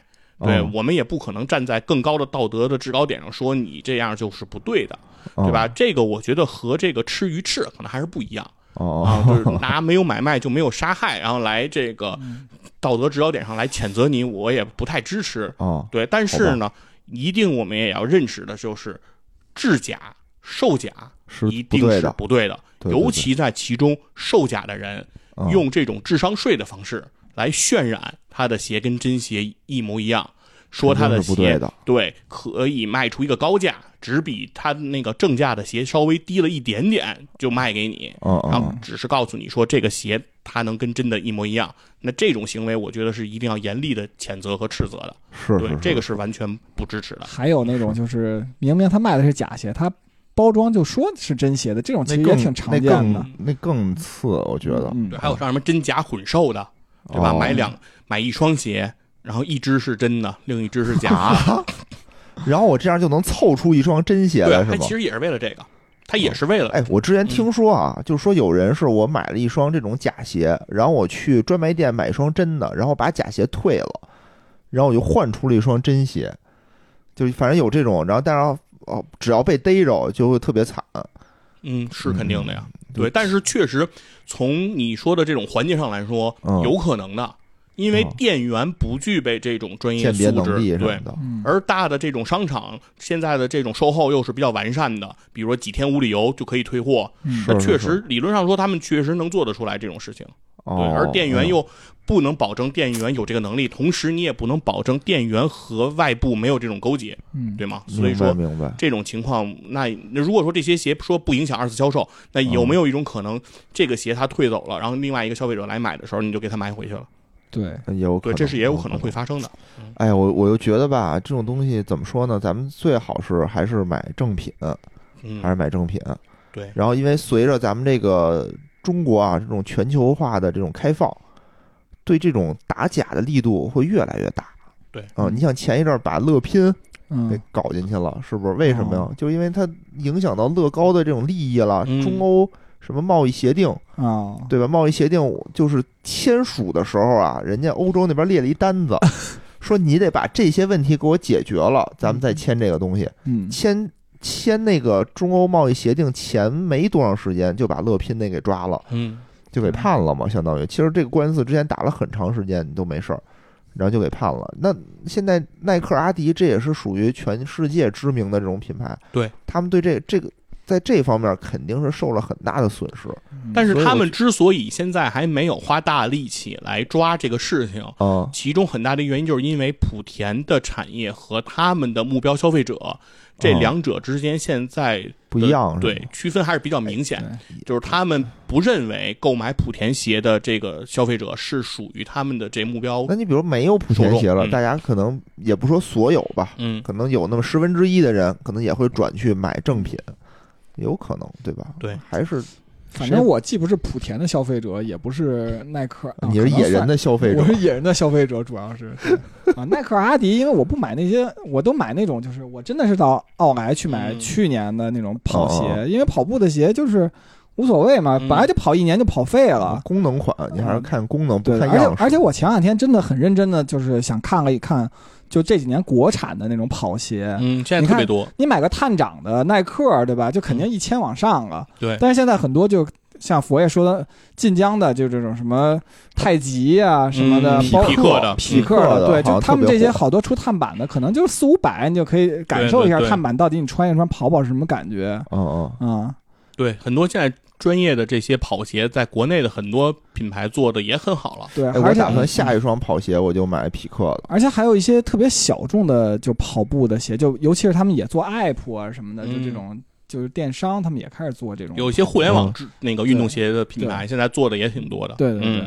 对，我们也不可能站在更高的道德的制高点上说你这样就是不对的，对吧？这个我觉得和这个吃鱼翅可能还是不一样。就是拿没有买卖就没有杀害，然后来这个道德制高点上来谴责你，我也不太支持。对，但是呢，一定我们也要认识的就是制假售假一定是不对的，尤其在其中售假的人用这种智商税的方式来渲染他的鞋跟真鞋一模一样，说他的鞋对可以卖出一个高价，只比他那个正价的鞋稍微低了一点点就卖给你，然后只是告诉你说这个鞋它能跟真的一模一样。那这种行为我觉得是一定要严厉的谴责和斥责的，对，这个是完全不支持的。 还有那种就是明明他卖的是假鞋，他包装就说是真鞋的，这种其实也挺常见的。 那更次，我觉得。 对，还有像什么真假混售的，对吧？买一双鞋，然后一只是真的，另一只是假的， 然后我这样就能凑出一双真鞋来，是吗？ 他其实也是为了这个，他也是为了。 我之前听说啊，就是说有人是我买了一双这种假鞋，然后我去专卖店买一双真的，然后把假鞋退了，然后我就换出了一双真鞋，就反正有这种，然后但是只要被逮着就会特别惨。 是肯定的呀。对，但是确实从你说的这种环节上来说，有可能的。因为店员不具备这种专业素质，对，而大的这种商场现在的这种售后又是比较完善的，比如说几天无理由就可以退货，那确实理论上说他们确实能做得出来这种事情，对，而店员又不能保证店员有这个能力，同时你也不能保证店员和外部没有这种勾结，对吗？所以说这种情况，那如果说这些鞋说不影响二次销售，那有没有一种可能，这个鞋他退走了，然后另外一个消费者来买的时候，你就给他买回去了？ 对， 对，这是也有可能会发生的。 我又觉得吧，这种东西怎么说呢？咱们最好还是买正品，还是买正品。 对。 然后，因为随着咱们这个中国啊这种全球化的这种开放，对这种打假的力度会越来越大。 对。 你想前一阵把乐拼给搞进去了，是不是？为什么呀？就因为它影响到乐高的这种利益了，中欧。什么贸易协定对吧？贸易协定就是签署的时候啊，人家欧洲那边列了一单子，说你得把这些问题给我解决了，咱们再签这个东西。签那个中欧贸易协定前没多长时间，就把乐拼那给抓了，就给判了嘛，相当于。其实这个官司之前打了很长时间都没事儿，然后就给判了。那现在耐克、阿迪这也是属于全世界知名的这种品牌， 对他们对这个。在这方面肯定是受了很大的损失， 但是他们之所以现在还没有花大力气来抓这个事情，其中很大的原因就是因为莆田的产业和他们的目标消费者这两者之间现在不一样， 对，区分还是比较明显。就是他们不认为购买莆田鞋的这个消费者是属于他们的这目标。 那你比如没有莆田鞋了，大家可能也不说所有吧，可能有那么1/10的人可能也会转去买正品。有可能，对吧？ 对， 还是反正我既不是莆田的消费者，也不是耐克。 你是野人的消费者， 我是野人的消费者，主要是耐克、阿迪，因为我不买那些，我都买那种，就是我真的是到奥莱去买去年的那种跑鞋，因为跑步的鞋就是无所谓嘛，本来就跑1年就跑废了。 功能款，你还是看功能，不看样式。 而且我前2天真的很认真的，就是想看了一看。就这几年国产的那种跑鞋， 现在特别多。 你买个探长的耐克，对吧？就肯定1000往上了。 对。 但是现在很多就像佛爷说的，晋江的就这种什么太极啊什么的，匹克的，对，就他们这些好多出碳板的，可能就400-500，你就可以感受一下碳板到底你穿一双跑是什么感觉。 对，很多现在专业的这些跑鞋，在国内的很多品牌做的也很好了。 对， 我打算下一双跑鞋我就买匹克的。 而且还有一些特别小众的，就跑步的鞋，就尤其是他们也做 app 啊什么的，就这种就是电商，他们也开始做这种。 有一些互联网那个运动鞋的品牌，现在做的也挺多的。 对对对。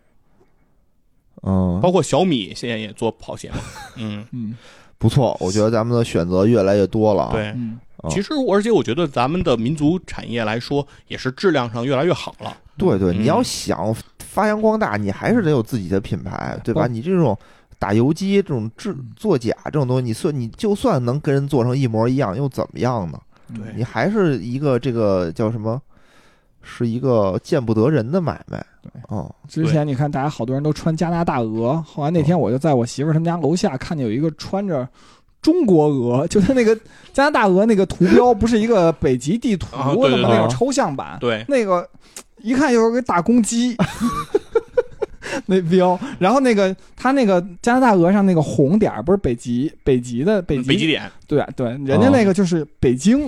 包括小米现在也做跑鞋嘛。 不错，我觉得咱们的选择越来越多了。 对。其实，而且我觉得咱们的民族产业来说，也是质量上越来越好了。 对对，你要想发扬光大，你还是得有自己的品牌，对吧？你这种打游击、这种作假这种东西，你就算能跟人做成一模一样，又怎么样呢？ 对， 你还是一个这个叫什么？是一个见不得人的买卖。 哦， 之前你看大家好多人都穿加拿大鹅，后来那天我就在我媳妇儿他们家楼下看见有一个穿着中国鹅，就是那个加拿大鹅那个图标不是一个北极地图的吗？那种抽象版， 对， 那个一看就是个大公鸡。那标，然后那个他那个加拿大鹅上那个红点不是北极的北极点， 对对，人家那个就是北京。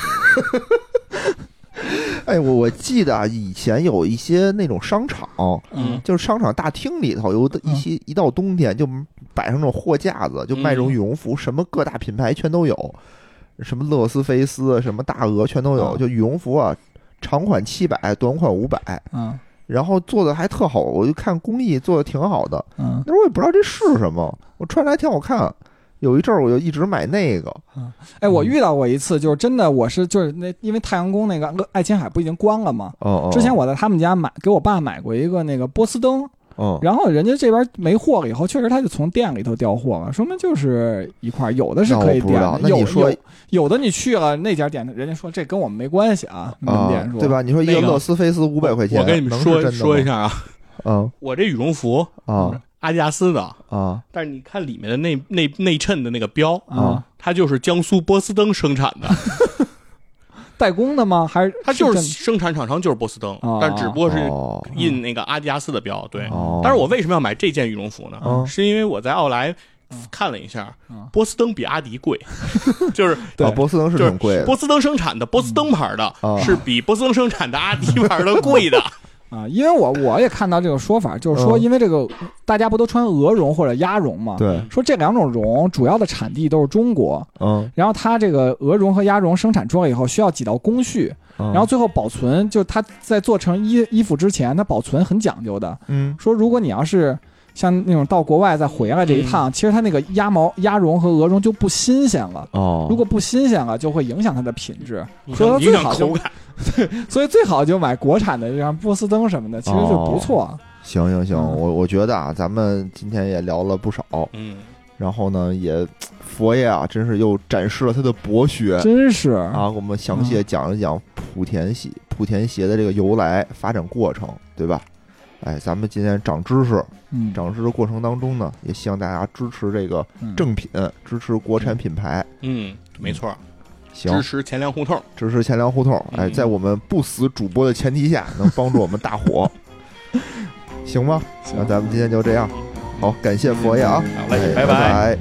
哎，我记得啊，以前有一些那种商场，就是商场大厅里头有一到冬天就摆上那种货架子，就卖这种羽绒服，什么各大品牌全都有，什么乐斯菲斯、什么大鹅全都有，就羽绒服啊，长款700，短款500，然后做的还特好，我就看工艺做的挺好的。那时候我也不知道这是什么，我穿着还挺好看。有一阵儿我就一直买那个。 哎，我遇到过一次，就是真的，就是那因为太阳宫那个爱琴海不已经关了吗？之前我在他们家给我爸买过一个那个波司登。然后人家这边没货了以后，确实他就从店里头调货了，说明就是一块，有的是可以点的，有的你去了那家店，人家说这跟我们没关系啊，门店说对吧？你说一个乐斯菲斯500块钱， 我跟你们说一下啊，我这羽绒服阿迪达斯的但是你看里面的内衬的那个标它就是江苏波司登生产的。 代工的吗？还是它就是生产厂商就是波司登，但只不过是印那个阿迪达斯的标。对，但是我为什么要买这件羽绒服呢？是因为我在奥莱看了一下，波司登比阿迪贵，就是波司登是挺贵的， 波司登生产的波司登牌的是比波司登生产的阿迪牌的贵的。 因为我也看到这个说法，就是说，因为这个大家不都穿鹅绒或者鸭绒嘛？ 对， 说这两种绒主要的产地都是中国，然后它这个鹅绒和鸭绒生产出来以后需要几道工序，然后最后保存，就它在做成衣服之前，它保存很讲究的。说如果你要是像那种到国外再回来这一趟，其实它那个鸭绒和鹅绒就不新鲜了。如果不新鲜了，就会影响它的品质。所以最好就对，所以最好就买国产的，像波司登什么的，其实就不错。 行，我觉得啊，咱们今天也聊了不少，然后呢，也佛爷啊，真是又展示了他的博学， 真是啊，我们详细讲一讲莆田鞋的这个由来、发展过程，对吧？哎，咱们今天长知识，长知识过程当中呢，也希望大家支持这个正品，支持国产品牌。 没错。 行， 支持钱粮胡同， 支持钱粮胡同。哎，在我们不死主播的前提下，能帮助我们大火，行吗？那咱们今天就这样，好，感谢佛爷啊， 好嘞，拜拜。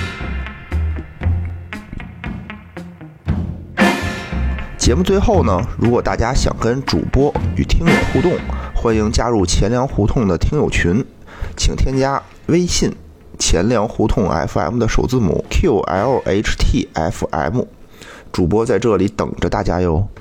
节目最后呢，如果大家想跟主播与听友互动，欢迎加入钱粮胡同的听友群，请添加微信钱粮胡同 FM 的首字母 QLHTFM， 主播在这里等着大家哟。